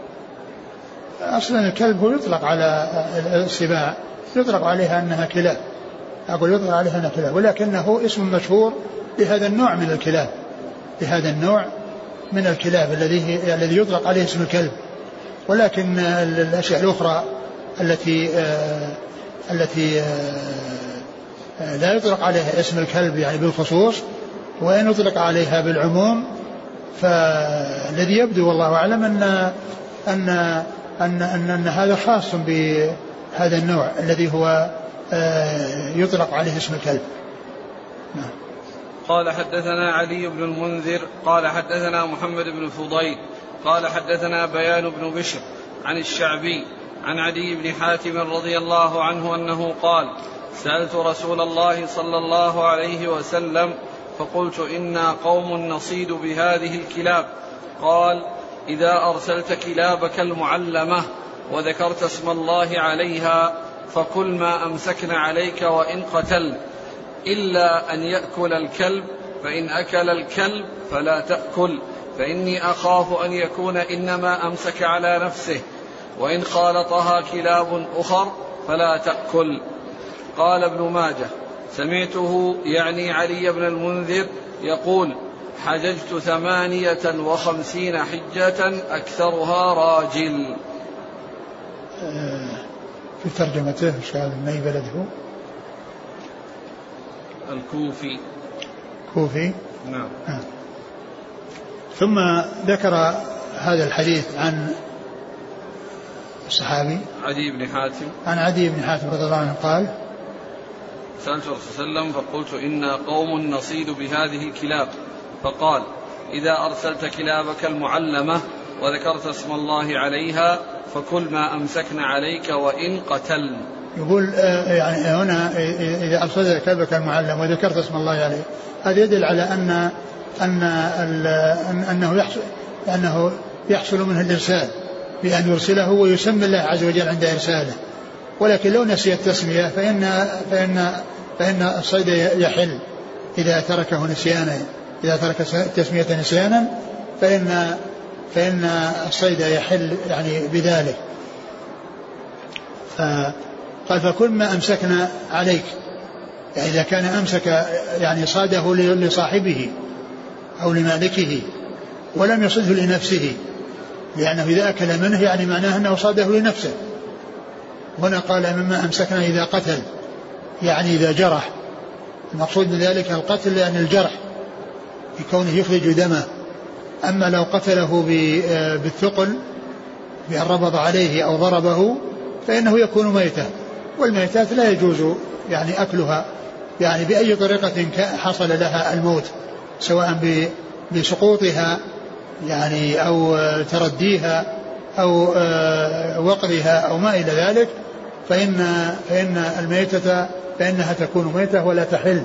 أصلا الكلب هو يطلق على السباع، يطلق عليها أنها كلاب، أقول يطلق عليها أنها كلاب، ولكنه اسم مشهور لهذا النوع من الكلاب، لهذا النوع من الكلاب الذي يطلق عليه اسم الكلب. ولكن الأشياء الأخرى التي لا يطلق عليها اسم الكلب يعني بالخصوص، وإن يطلق عليها بالعموم، فالذي يبدو والله أعلم أن هذا خاص بهذا النوع الذي هو يطلق عليه اسم الكلب. نعم. قال حدثنا علي بن المنذر قال حدثنا محمد بن فضيل قال حدثنا بيان بن بشر عن الشعبي عن عدي بن حاتم رضي الله عنه أنه قال سألت رسول الله صلى الله عليه وسلم فقلت إنا قوم نصيد بهذه الكلاب، قال إذا أرسلت كلابك المعلمة وذكرت اسم الله عليها فكل ما أمسكن عليك وإن قتل، إلا أن يأكل الكلب، فإن أكل الكلب فلا تأكل، فإني أخاف أن يكون إنما أمسك على نفسه، وإن خالطها كلاب أخر فلا تأكل. قال ابن ماجه سمعته يعني علي بن المنذر يقول حججت 58 حجة أكثرها راجل. في ترجمته قال من أي بلد هو؟ الكوفي. كوفي. نعم. ثم ذكر هذا الحديث عن الصحابي عدي بن حاتم، عن عدي بن حاتم رضي الله عنه قال سألت الرسول صلى الله عليه وسلم فقلت إنا قوم نصيد بهذه الكلاب، فقال إذا أرسلت كلابك المعلمة وذكرت اسم الله عليها فكل ما أمسكن عليك وإن قتلن. يقول يعني هنا إذا أرسلت كلبك المعلم وذكرت اسم الله عليه، هذا يدل على أنه يحصل منه الإرسال بأن يرسله ويسمي الله عز وجل عند إرساله. ولكن لو نسي التسمية فإن الصيد يحل إذا تركه نسيانا، إذا ترك التسمية نسيانا فإن الصيد يحل يعني بذلك. قال فكل ما أمسكنا عليك، يعني إذا كان أمسك يعني صاده لصاحبه أو لمالكه ولم يصده لنفسه، لأنه إذا أكل منه يعني معناه أنه صاده لنفسه. هنا قال مما أمسكنا إذا قتل، يعني إذا جرح، المقصود من ذلك القتل لأن الجرح بكونه يخرج دمه. أما لو قتله بالثقل بأن ربض عليه أو ضربه فإنه يكون ميتا، والميتات لا يجوز يعني أكلها يعني بأي طريقة حصل لها الموت، سواء بسقوطها يعني أو ترديها أو وقرها أو ما إلى ذلك، فإن الميتة فإنها تكون ميتة ولا تحل.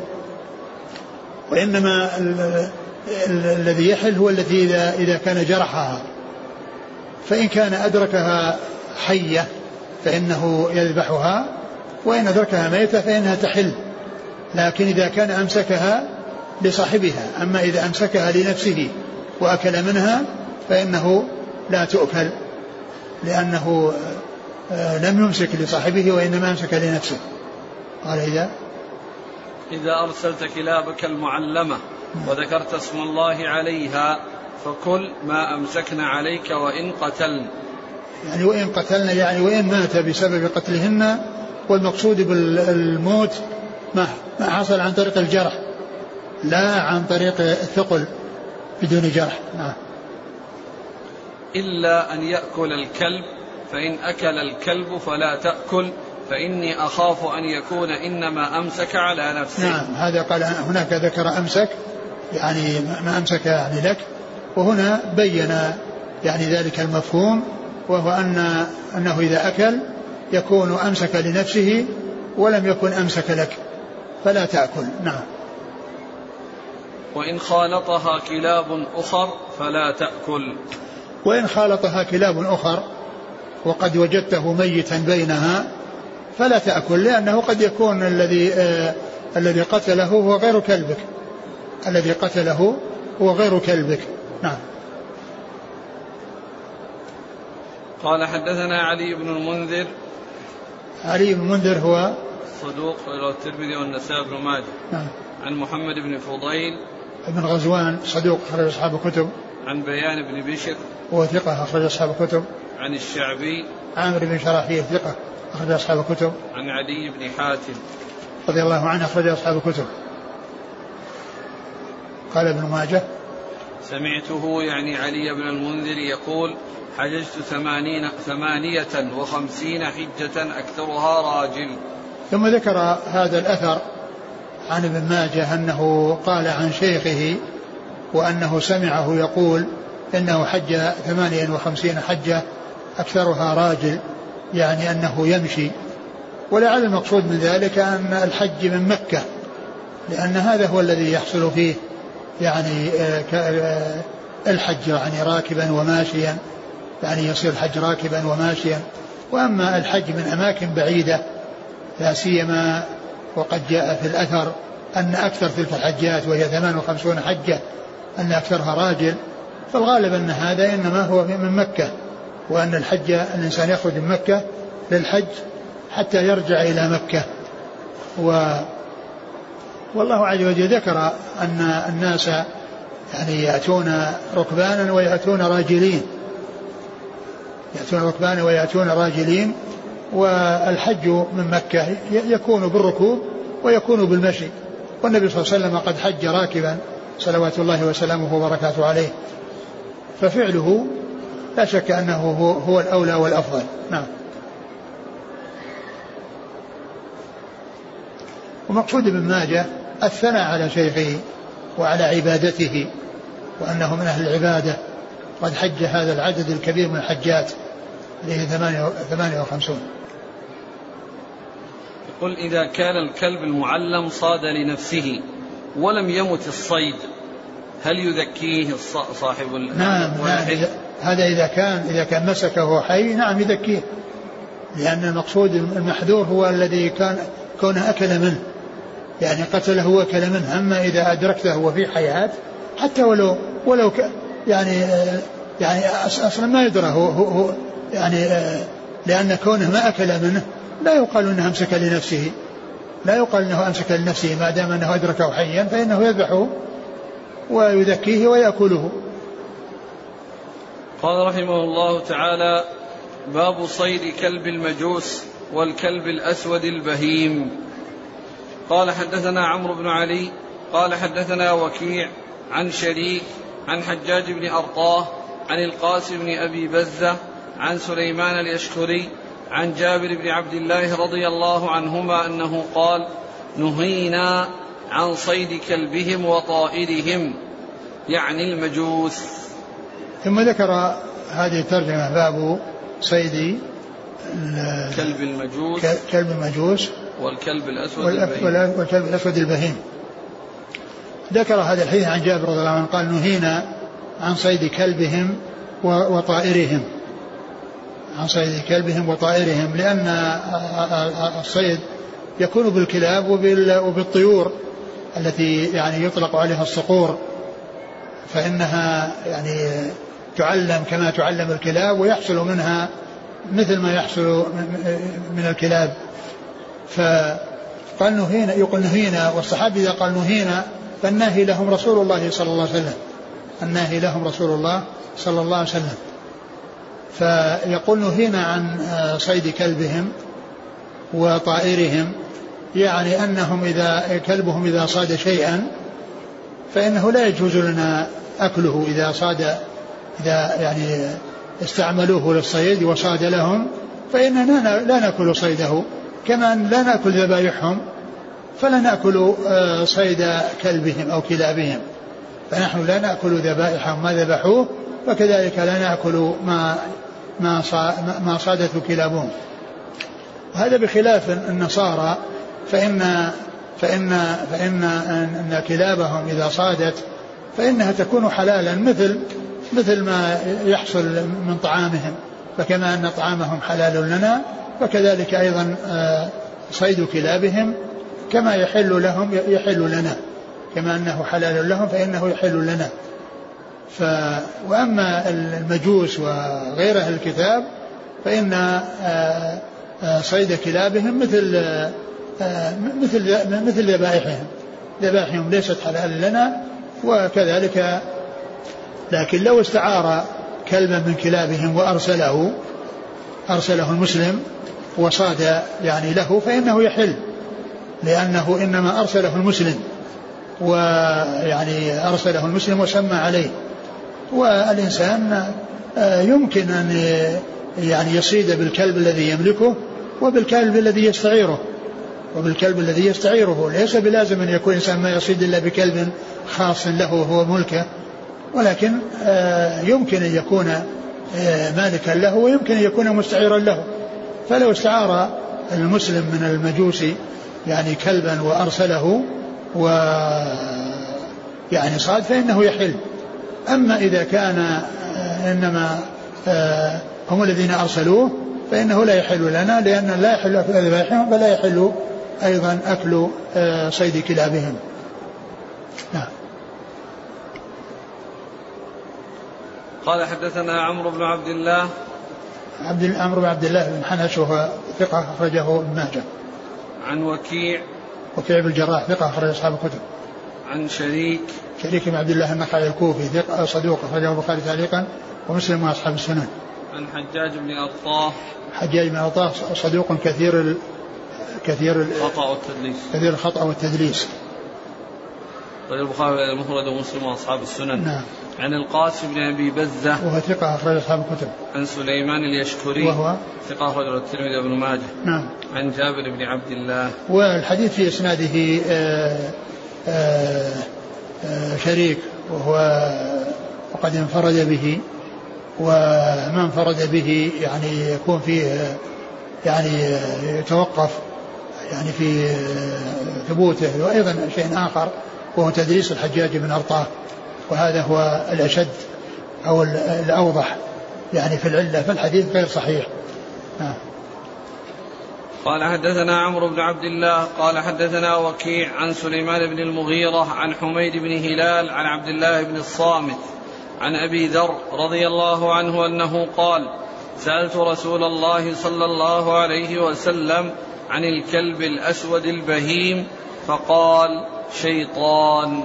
وإنما الذي يحل هو الذي إذا كان جرحها، فإن كان أدركها حية فإنه يذبحها، وإن أدركها ميتة فإنها تحل. لكن إذا كان أمسكها لصاحبها. أما إذا أمسكها لنفسه وأكل منها فإنه لا تؤكل، لأنه لم يمسك لصاحبه وإنما أمسك لنفسه. قال إذا أرسلت كلابك المعلمة وذكرت اسم الله عليها فكل ما أمسكن عليك وإن قتلن، يعني وإن قتلن يعني وإن مات بسبب قتلهن، والمقصود بالموت ما حصل عن طريق الجرح لا عن طريق الثقل بدون جرح. إلا أن يأكل الكلب، فإن أكل الكلب فلا تأكل فإني أخاف أن يكون إنما أمسك على نفسه. نعم، هذا قال هناك ذكر أمسك يعني ما أمسك يعني لك، وهنا بين يعني ذلك المفهوم، وهو أنه إذا أكل يكون أمسك لنفسه ولم يكن أمسك لك فلا تأكل. نعم. وإن خالطها كلاب أخر فلا تأكل. وإن خالطها كلاب أخر وقد وجدته ميتا بينها فلا تأكل، لأنه قد يكون الذي قتله هو غير كلبك، الذي قتله هو غير كلبك. نعم. قال حدثنا علي بن المنذر. علي بن المنذر هو صدوق رواه الترمذي والنسائي بن ماجه. نعم. عن محمد بن فضيل بن غزوان صدوق أخرج أصحاب الكتب. عن بيان بن بشر هو ثقة أخرج أصحاب الكتب. عن الشعبي عامر بن شراحيل ثقة أخرج أصحاب الكتب. عن علي بن حاتم رضي الله عنه أخرج أصحاب الكتب. قال ابن ماجه سمعته يعني علي بن المنذر يقول حججت 58 حجة أكثرها راجل. ثم ذكر هذا الأثر عن ابن ماجه أنه قال عن شيخه وأنه سمعه يقول إنه حج 58 حجة أكثرها راجل، يعني أنه يمشي. ولعل المقصود من ذلك أن الحج من مكة، لأن هذا هو الذي يحصل فيه يعني الحج يعني راكبا وماشيا، يعني يصير الحج راكبا وماشيا. وأما الحج من أماكن بعيدة لا سيما وقد جاء في الأثر أن أكثر تلك الحجات وهي 58 حجة أن أكثرها راجل، فالغالب أن هذا إنما هو من مكة، وأن الحج الإنسان يخرج من مكة للحج حتى يرجع إلى مكة. والله عز وجل ذكر أن الناس يعني يأتون ركبانا ويأتون راجلين، يأتون ركبانا ويأتون راجلين، والحج من مكة يكون بالركوب ويكون بالمشي، والنبي صلى الله عليه وسلم قد حج راكبا صلوات الله وسلامه وبركاته عليه، ففعله لا شك أنه هو الأولى والأفضل. نعم. ومقصود ابن ماجه الثناء على شيخه وعلى عبادته وأنه من أهل العبادة، قد حج هذا العدد الكبير من الحجات اللي هي 58. يقول إذا كان الكلب المعلم صاد لنفسه ولم يمت الصيد هل يذكيه صاحب نعم هذا إذا كان مسكه حي نعم يذكيه، لأن المقصود المحذور هو الذي كونه أكل منه، يعني قتله وأكل منه. أما إذا أدركته وفي حياة حتى ولو يعني أصلا ما يدرى هو يعني لأن كونه ما أكل منه لا يقال أنه أمسك لنفسه، لا يقال أنه أمسك لنفسه، ما دام أنه أدركه حيا فإنه يذبحه ويذكيه ويأكله. قال رحمه الله تعالى باب صيد كلب المجوس والكلب الأسود البهيم. قال حدثنا عمرو بن علي قال حدثنا وكيع عن شريك عن حجاج بن أرطاه عن القاسم بن أبي بزة عن سليمان اليشكري عن جابر بن عبد الله رضي الله عنهما أنه قال نهينا عن صيد كلبهم وطائرهم يعني المجوس. ثم ذكر هذه الترجمة باب صيد كلب المجوس والكلب الأسود البهيم. ذكر هذا الحديث عن جابر رضي الله عنه قال نهينا عن صيد كلبهم وطائرهم، عن صيد كلبهم وطائرهم، لأن الصيد يكون بالكلاب وبالطيور، التي يعني يطلق عليها الصقور، فإنها يعني تعلم كما تعلم الكلاب، ويحصل منها مثل ما يحصل من الكلاب. فقال نهينا، يقول نهينا، والصحابي إذا قال نهينا فالناهي لهم رسول الله صلى الله عليه وسلم، الناهي لهم رسول الله صلى الله عليه وسلم. فيقول نهينا عن صيد كلبهم وطائرهم، يعني أنهم إذا كلبهم إذا صاد شيئا فإنه لا يجوز لنا أكله، إذا يعني استعملوه للصيد وصاد لهم فإننا لا نأكل صيده، كما أن لا نأكل ذبائحهم فلا نأكل صيد كلبهم أو كلابهم، فنحن لا نأكل ذبائحهم ما ذبحوه، وكذلك لا نأكل ما صادته كلابهم. هذا بخلاف النصارى، فإن كلابهم إذا صادت فإنها تكون حلالا مثل ما يحصل من طعامهم، فكما أن طعامهم حلال لنا فكذلك أيضا صيد كلابهم كما يحل لهم يحل لنا، كما أنه حلال لهم فإنه يحل لنا. وأما المجوس وغير أهل الكتاب فإن صيد كلابهم مثل ذبائحهم ليست حلال لنا، وكذلك لكن لو استعار كلبا من كلابهم وأرسله المسلم وصاد يعني له فإنه يحل، لأنه إنما أرسله المسلم، ويعني أرسله المسلم وسمى عليه. والإنسان يمكن أن يعني يصيد بالكلب الذي يملكه وبالكلب الذي يستعيره، ليس بلازم أن يكون إنسان ما يصيد إلا بكلب خاص له وهو ملكه، ولكن يمكن أن يكون مالكا له ويمكن أن يكون مستعيرا له. فلو استعار المسلم من المجوسي يعني كلبا وأرسله ويعني صاد فإنه يحل. أما إذا كان إنما هم الذين أرسلوه فإنه لا يحل لنا، لأن لا يحل أكل ذبائحهم فلا يحل أيضا أكل صيد كلابهم. نعم. قال حدثنا عمرو بن عبد الله عمرو بن عبد الله بن حنش وهو ثقة أخرجه ابن ماجه. عن وكيع بن الجراح ثقة أخرج أصحاب الكتب. عن شريك بن عبد الله النخعي الكوفي ثقة صدوق أخرجه البخاري تعليقا ومسلم وأصحاب السنن. عن حجاج بن أرطاه صدوق كثير الخطأ والتدليس. البخاري المفرد ومسلم وأصحاب السنن. نعم. عن القاسم بن أبي بزة وهو ثقة أخرج أصحاب الكتب. عن سليمان اليشكري وهو ثقة أخرج الترمذي وابن ماجه. نعم. عن جابر بن عبد الله. والحديث في إسناده شريك وقد انفرد به، وما انفرد به يعني يكون فيه يعني يتوقف يعني في ثبوته. وأيضا شيء آخر وهو تدريس الحجاج بن أرطاه، وهذا هو الأشد أو الأوضح يعني في العلة، فالحديث غير صحيح. قال حدثنا عمرو بن عبد الله قال حدثنا وكيع عن سليمان بن المغيرة عن حميد بن هلال عن عبد الله بن الصامت عن أبي ذر رضي الله عنه أنه قال: سألت رسول الله صلى الله عليه وسلم عن الكلب الأسود البهيم فقال: شيطان.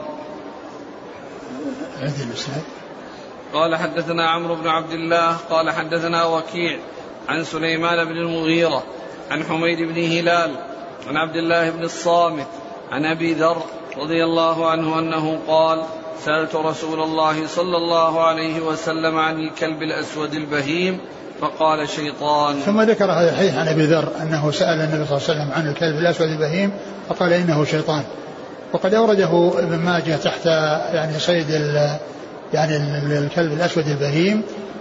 قال حدثنا عمرو بن عبد الله قال حدثنا وكيع عن سليمان بن المغيرة عن حميد بن هلال عن عبد الله بن الصامت عن أبي ذر رضي الله عنه أنه قال: سألت رسول الله صلى الله عليه وسلم عن الكلب الأسود البهيم فقال: شيطان. ثم ذكر هذا الحديث عن أبي ذر أنه سأل النبي صلى الله عليه وسلم عن الكلب الأسود البهيم فقال إنه شيطان. وقد أورده ابن ماجه تحت يعني صيد يعني الكلب الأسود البهيم،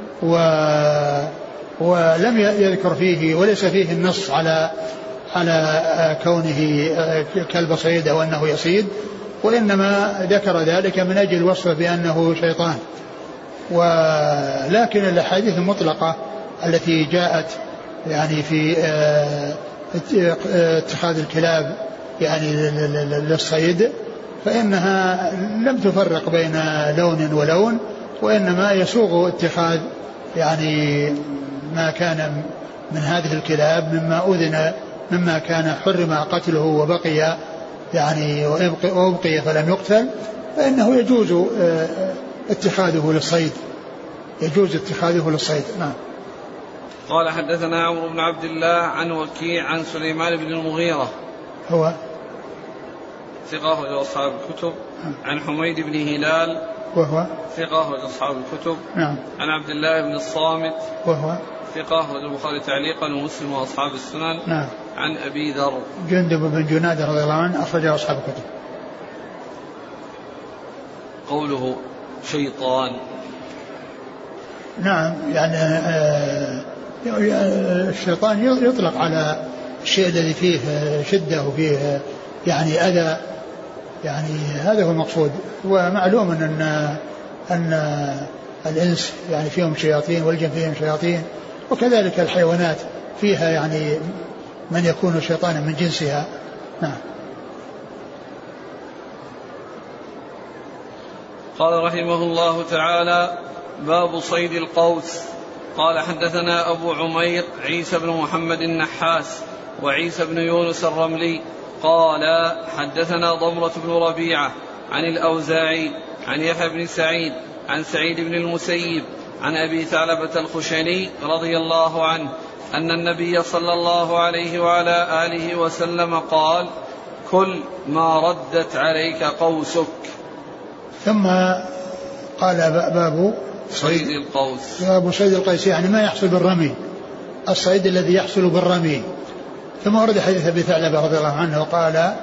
ولم يذكر فيه وليس فيه النص على كونه كلب صيد أو أنه يصيد، وإنما ذكر ذلك من أجل الوصف بأنه شيطان. ولكن الأحاديث المطلقة التي جاءت يعني في اتخاذ الكلاب يعني للصيد فإنها لم تفرق بين لون ولون، وإنما يسوغ اتخاذ يعني ما كان من هذه الكلاب مما أذن، مما كان حرم قتله وبقي يعني وأبقي فلم يقتل، فإنه يجوز اتخاذه للصيد، يجوز اتخاذه للصيد. نعم. قال حدثنا عمرو بن عبد الله عن وكيع عن سليمان بن المغيرة هو ثقة أخرج أصحاب الكتب، عن حميد بن هلال وهو ثقة أخرج أصحاب الكتب، نعم. عن عبد الله بن الصامت وهو ثقة أخرج البخاري تعليقا ومسلم وأصحاب السنن، نعم. عن أبي ذر جندب بن جنادة رضي الله عنه أخرج أصحاب الكتب. قوله شيطان، نعم يعني الشيطان يطلق على الشيء الذي فيه شدة وفيه يعني أذى، يعني هذا هو المقصود. ومعلوم أن الإنس يعني فيهم شياطين والجن فيهم شياطين، وكذلك الحيوانات فيها يعني من يكون شيطانا من جنسها. نعم. قال رحمه الله تعالى: باب صيد القوس. قال حدثنا أبو عمير عيسى بن محمد النحاس وعيسى بن يونس الرملي قال حدثنا ضمرة بن ربيعة عن الأوزاعي عن يحيى بن سعيد عن سعيد بن المسيب عن أبي ثعلبة الخشني رضي الله عنه أن النبي صلى الله عليه وعلى آله وسلم قال: كل ما ردت عليك قوسك. ثم قال باب صيد القوس. باب صيد القيس، يعني ما يحصل بالرمي، الصيد الذي يحصل بالرمي. ثم ورد حديث أبي ثعلبة رضي الله عنه وقال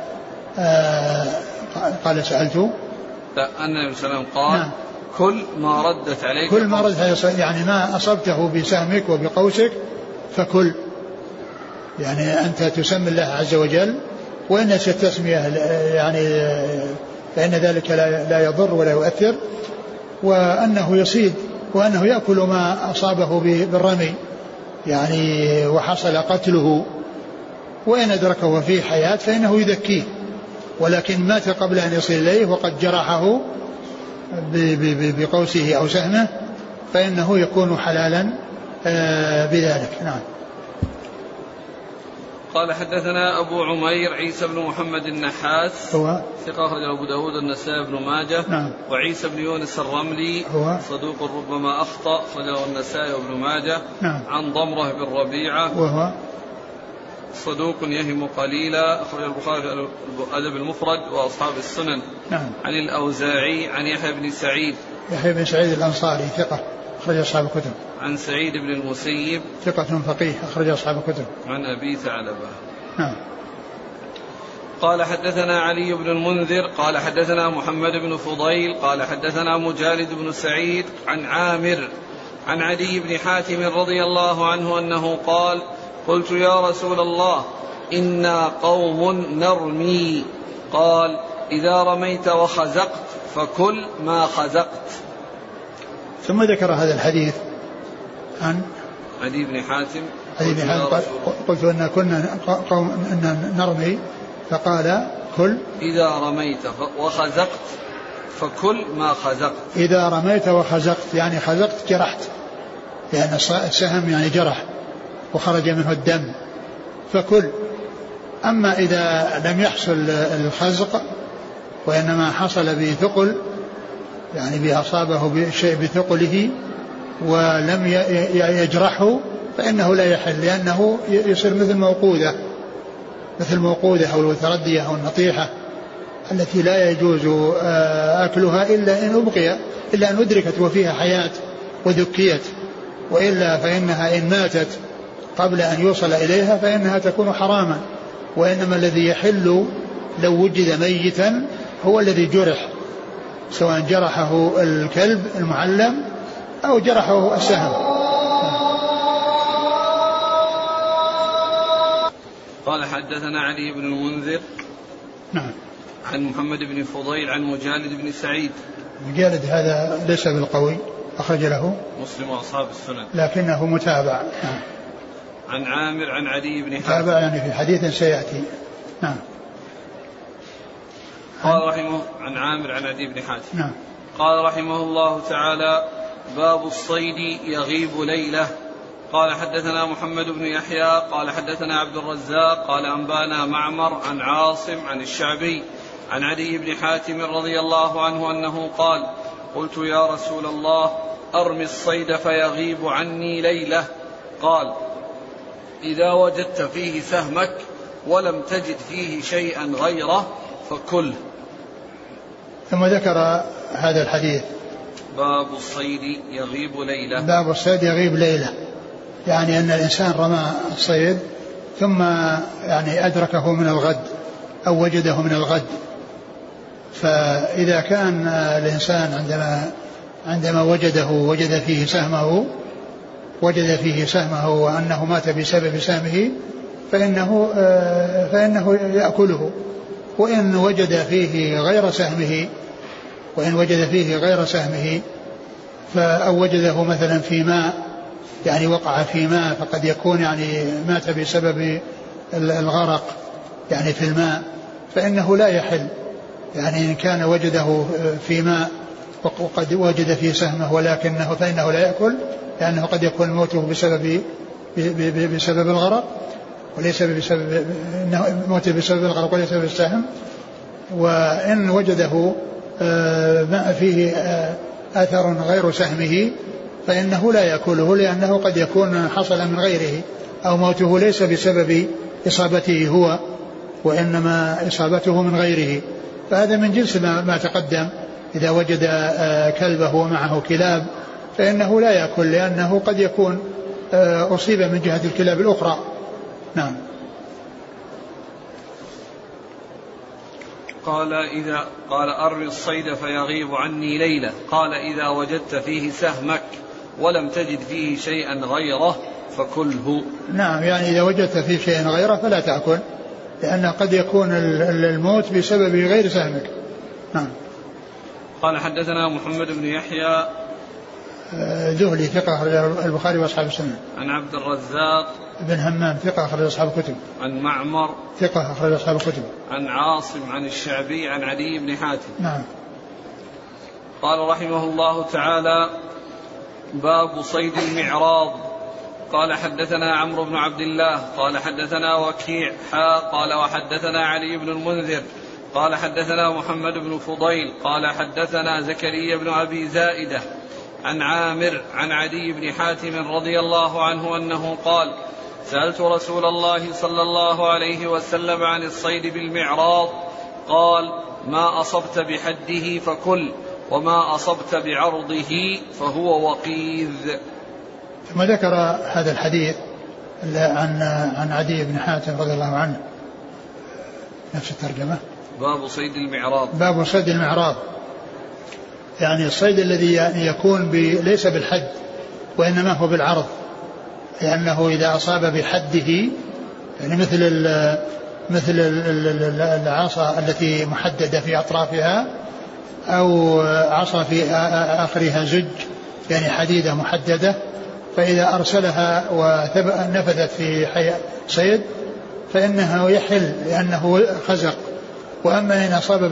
قال سألته النبي صلى الله عليه وسلم قال: نعم. كل ما ردت عليك، كل ما ردت يعني ما أصبته بسهمك وبقوسك فكل، يعني أنت تسمي الله عز وجل، وإن نسيت تسمية يعني فإن ذلك لا يضر ولا يؤثر، وأنه يصيد وأنه يأكل ما أصابه بالرمي يعني وحصل قتله، وإن أدركه في حياة فإنه يذكيه، ولكن مات قبل أن يصل إليه وقد جرحه بقوسه أو سهمه فإنه يكون حلالا بذلك. نعم. قال حدثنا أبو عمير عيسى بن محمد النحاس هو ثقة أخرج أبو داود النسائي بن ماجه. نعم. وعيسى بن يونس الرملي هو صدوق ربما أخطأ أخرجه النسائي وابن ماجه. نعم. عن ضمرة بن ربيعة وهو صدوق يهم قليلا أخرج البخاري في الأدب المفرد وأصحاب السنن. نعم. عن الأوزاعي عن يحيى بن سعيد الأنصاري ثقة أخرج أصحاب الكتب. عن سعيد بن المسيب ثقة فقيه أخرج أصحاب الكتب. عن أبي ثعلبة. نعم. قال حدثنا علي بن المنذر قال حدثنا محمد بن فضيل قال حدثنا مجالد بن سعيد عن عامر عن عدي بن حاتم رضي الله عنه أنه قال: قلت يا رسول الله إنا قوم نرمي، قال: إذا رميت وخزقت فكل ما خزقت. ثم ذكر هذا الحديث عن عدي بن حاتم قلت إن كنا قوم إن نرمي، فقال: كل إذا رميت وخزقت فكل ما خزقت. إذا رميت وخزقت يعني خزقت جرحت، لأن السهم يعني جرح وخرج منه الدم، فكل. أما إذا لم يحصل الخزق وإنما حصل بثقل، يعني بأصابه بشيء بثقله ولم يجرحه، فإنه لا يحل، لأنه يصير مثل موقودة أو المتردية أو النطيحة التي لا يجوز أكلها إلا أن أدركت وفيها حياة وذكيت، وإلا فإنها إن ماتت قبل أن يوصل إليها فإنها تكون حراما. وإنما الذي يحل لو وجد ميتا هو الذي جرح، سواء جرحه الكلب المعلم أو جرحه السهم. قال حدثنا علي بن المنذر نعم. عن محمد بن فضيل عن مجالد بن سعيد. مجالد هذا ليس بالقوي، أخرج له مسلم وأصحاب السنن لكنه متابع. نعم. عن عامر عن عدي بن حاتم متابع يعني في حديث سيأتي. نعم. قال رحمه عن عامر عن عدي بن حاتم. نعم. قال رحمه الله تعالى: باب الصيد يغيب ليلة. قال حدثنا محمد بن يحيى قال حدثنا عبد الرزاق قال أنبانا معمر عن عاصم عن الشعبي عن عدي بن حاتم رضي الله عنه أنه قال: قلت يا رسول الله أرمي الصيد فيغيب عني ليلة. قال: إذا وجدت فيه سهمك ولم تجد فيه شيئا غيره فكله. ثم ذكر هذا الحديث: باب الصيد يغيب ليلة. باب الصيد يغيب ليلة، يعني أن الإنسان رمى الصيد ثم يعني أدركه من الغد أو وجده من الغد، فإذا كان الإنسان عندما وجد فيه سهمه وأنه مات بسبب سهمه فإنه يأكله، وإن وجد فيه غير سهمه أو وجده مثلا في ماء، يعني وقع في ماء، فقد يكون يعني مات بسبب الغرق يعني في الماء، فإنه لا يحل. يعني إن كان وجده في ماء وقد وجد فيه سهمه فإنه لا يأكل، لأنه قد يكون موته بسبب الغرق وليس بسبب موته بسبب الغرق وليس بسبب السهم. وإن وجده فيه أثر غير سهمه فإنه لا يأكله، لأنه قد يكون حصل من غيره، أو موته ليس بسبب إصابته هو وإنما إصابته من غيره. فهذا من جنس ما تقدم. إذا وجد كلبه ومعه كلاب فإنه لا يأكل، لأنه قد يكون أصيب من جهة الكلاب الأخرى. نعم. قال أرمي الصيد فيغيب عني ليلة. قال: إذا وجدت فيه سهمك ولم تجد فيه شيئا غيره فكله. نعم، يعني إذا وجدت فيه شيئا غيره فلا تأكل، لأن قد يكون الموت بسبب غير سهمك. نعم. قال حدثنا محمد بن يحيى ذهلي ثقة البخاري وأصحاب السنن. عن عبد الرزاق بن همام ثقة أخرج أصحاب الكتب. عن معمر ثقة أخرج أصحاب الكتب. عن عاصم عن الشعبي عن عدي بن حاتم. نعم. قال رحمه الله تعالى: باب صيد المعراض. قال حدثنا عمرو بن عبد الله قال حدثنا وكيع قال وحدثنا علي بن المنذر قال حدثنا محمد بن فضيل قال حدثنا زكريا بن أبي زائدة عن عامر عن عدي بن حاتم رضي الله عنه أنه قال: سألت رسول الله صلى الله عليه وسلم عن الصيد بالمعراض، قال: ما أصبت بحده فكل، وما أصبت بعرضه فهو وقيذ. ثم ذكر هذا الحديث عن عدي بن حاتم رضي الله عنه، نفس الترجمة: باب صيد المعراض. باب صيد المعراض، يعني الصيد الذي يكون ليس بالحد وإنما هو بالعرض، لأنه إذا أصاب بحده يعني مثل العصا التي محددة في أطرافها، أو عصا في آخرها زج يعني حديدة محددة، فإذا أرسلها ونفذت في صيد فإنه يحل لأنه خزق. وأما إن أصاب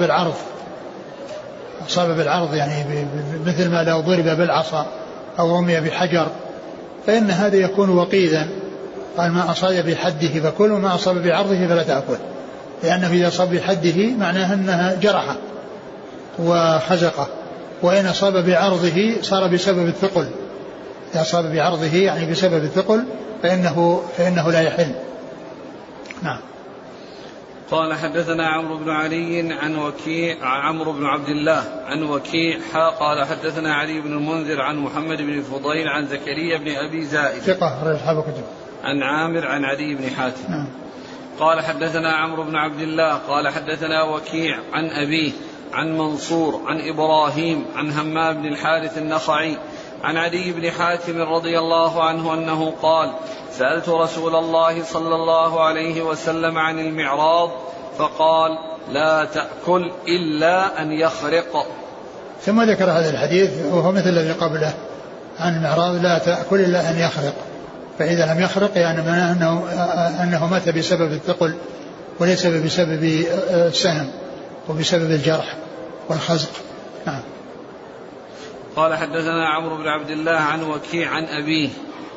بالعرض يعني مثل ما لو ضرب بالعصا أو رمي بحجر فإن هذا يكون وقيذا. قال: ما أصاب بحده فكل، وما أصاب بعرضه فلا تأكل، لأنه إذا أصاب بحده معناه أنها جرحه وخزقه، وإن أصاب بعرضه صار بسبب الثقل. إذا أصاب بعرضه يعني بسبب الثقل فإنه لا يحل. نعم. قال حدثنا عمرو بن علي عن وكيع عمرو بن عبد الله عن وكيع قال حدثنا علي بن المنذر عن محمد بن فضيل عن زكريا بن أبي زائد ثقة أصحاب الكتب. عن عامر عن عدي بن حاتم. نعم. قال حدثنا عمرو بن عبد الله قال حدثنا وكيع عن أبيه عن منصور عن إبراهيم عن همام بن الحارث النخعي عن عدي بن حاتم رضي الله عنه أنه قال: سألت رسول الله صلى الله عليه وسلم عن المعراض فقال: لا تأكل إلا أن يخرق. ثم ذكر هذا الحديث وهو مثل الذي قبله عن المعراض: لا تأكل إلا أن يخرق. فإذا لم يخرق يعني معناه أنه مات بسبب الثقل وليس بسبب السهم، وبسبب الجرح والخزق. نعم. قال حدثنا عمرو بن عبد الله عن وكيع عن أبيه.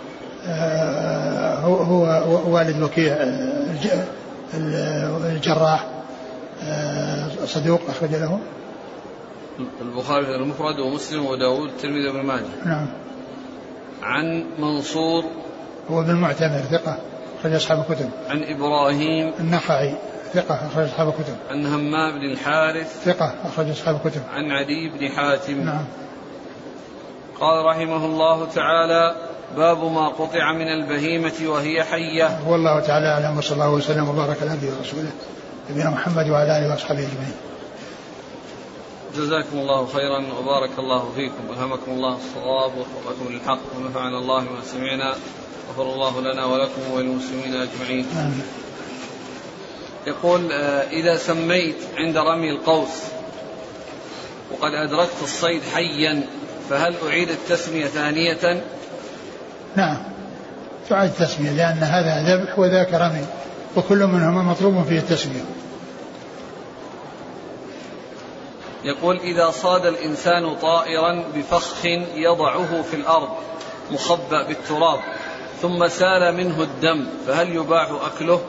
هو والد وكيع الجراح، صدوق أخرج له البخاري في المفرد ومسلم وداود الترمذي وابن ماجه. نعم. عن منصور هو بن معتمر ثقة أخرج أصحاب الكتب. عن إبراهيم النخعي ثقة أخرج أصحاب الكتب. عن همام بن الحارث ثقة أخرج أصحاب الكتب. عن عدي بن حاتم. نعم. قال رحمه الله تعالى: باب ما قطع من البهيمة وهي حية. والله تعالى أعلم، وصلى الله وسلم وبارك على نبينا ورسوله نبينا محمد وعلى آله وأصحابه أجمعين. جزاكم الله خيرا وبارك الله فيكم، ألهمكم الله الصواب ووفقكم للحق، ونفعنا الله ما سمعنا، غفر الله لنا ولكم وللمسلمين أجمعين. آمين. يقول: إذا سميت عند رمي القوس وقد أدركت الصيد حيا فهل أعيد التسمية ثانية؟ نعم، تعاد التسمية، لأن هذا ذبح وذاك رمي، وكل منهما مطلوب فيه التسمية. يقول: إذا صاد الإنسان طائرا بفخ يضعه في الأرض مخبأ بالتراب ثم سال منه الدم فهل يباح أكله؟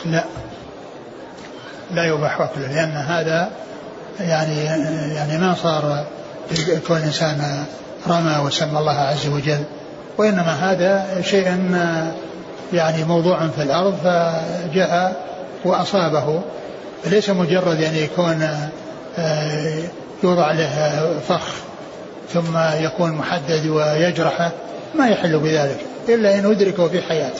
لا يباح أكله، لأن هذا يعني ما صار كل إنسان رمى وسمى الله عز وجل، وإنما هذا شيء يعني موضوع في الأرض فجاء وأصابه، ليس مجرد يعني يكون يوضع له فخ ثم يكون محدد ويجرحه، ما يحل بذلك إلا إن أدركه في حياته.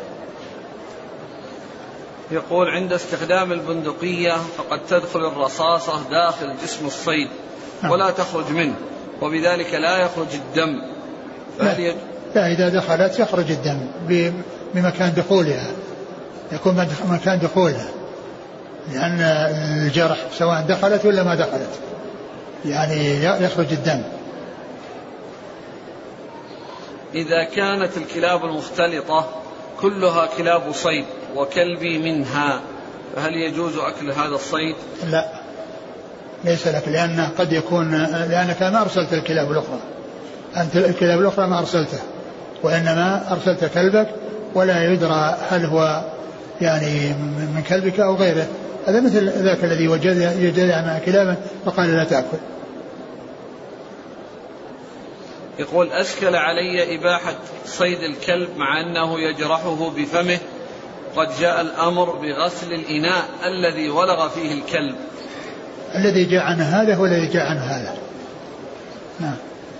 يقول: عند استخدام البندقية فقد تدخل الرصاصة داخل جسم الصيد ولا تخرج منه، وبذلك لا يخرج الدم، لا، إذا دخلت يخرج الدم بمكان دخولها، يكون مكان دخولها، لأن الجرح سواء دخلت ولا ما دخلت يعني يخرج الدم. إذا كانت الكلاب المختلطة كلها كلاب صيد وكلبي منها فهل يجوز أكل هذا الصيد؟ لا، ليس لك، لأنه قد يكون لأنك ما أرسلت الكلاب الأخرى، أنت الكلاب الأخرى ما أرسلته، وإنما أرسلت كلبك، ولا يدرى هل هو يعني من كلبك أو غيره. هذا مثل ذاك الذي وجد مع كلابا فقال لا تأكل. يقول: أشكل علي إباحة صيد الكلب مع أنه يجرحه بفمه، قد جاء الأمر بغسل الإناء الذي ولغ فيه الكلب. الذي جاء عن هذا هو الذي جاء عن هذا. نعم.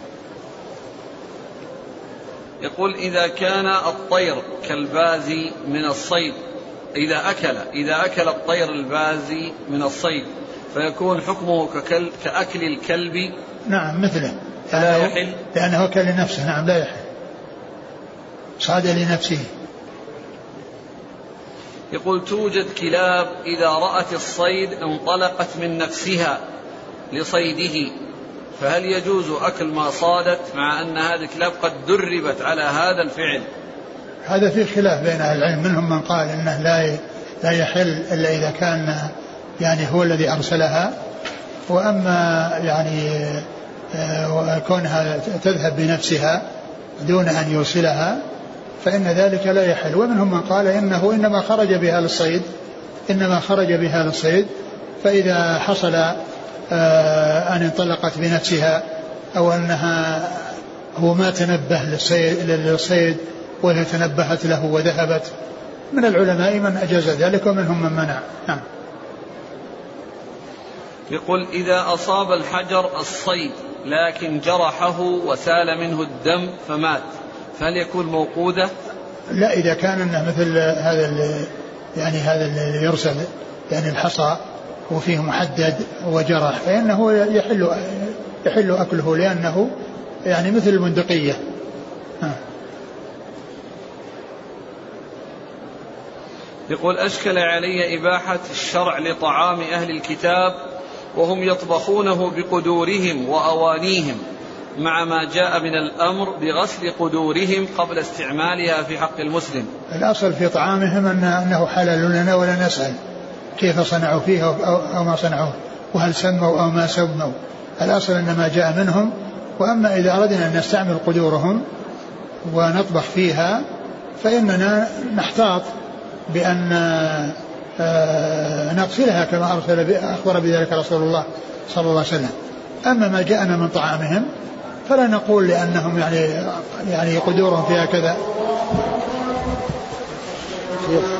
يقول: إذا كان الطير كالبازي من الصيد، إذا أكل الطير البازي من الصيد فيكون حكمه كأكل الكلب. نعم، مثله، لا يحل لأنه أكل لنفسه. نعم، لا يحل، صاد لنفسه. يقول: توجد كلاب إذا رأت الصيد انطلقت من نفسها لصيده، فهل يجوز أكل ما صادت مع أن هذه الكلاب قد دربت على هذا الفعل؟ هذا فيه خلاف بين أهل العلم، منهم من قال إنه لا يحل إلا إذا كان يعني هو الذي أرسلها، وأما يعني كونها تذهب بنفسها دون أن يوصلها فإن ذلك لا يحل. ومنهم من قال إنه إنما خرج بها للصيد، فإذا حصل أن انطلقت بنفسها أو أنها هو ما تنبه للصيد ولا تنبهت له وذهبت، من العلماء من أجاز ذلك ومنهم من منع. نعم. يقول: إذا أصاب الحجر الصيد لكن جرحه وسال منه الدم فمات فهل يكون موقوذة؟ لا، إذا كان إنه مثل هذا اللي يرسل يعني الحصى وفيه محدد وجرح فإنه يحل أكله، لأنه يعني مثل البندقية. يقول: أشكل علي إباحة الشرع لطعام أهل الكتاب وهم يطبخونه بقدورهم وأوانيهم، مع ما جاء من الأمر بغسل قدورهم قبل استعمالها في حق المسلم. الأصل في طعامهم أنه حلال لنا ولا نسأل كيف صنعوا فيه أو ما صنعوه، وهل سموا أو ما سموا، الأصل أن ما جاء منهم. وأما إذا أردنا أن نستعمل قدورهم ونطبخ فيها فإننا نحتاط بأن نغسلها كما أخبر بذلك رسول الله صلى الله عليه وسلم. أما ما جاءنا من طعامهم فلا نقول لأنهم يعني قدورهم فيها كذا.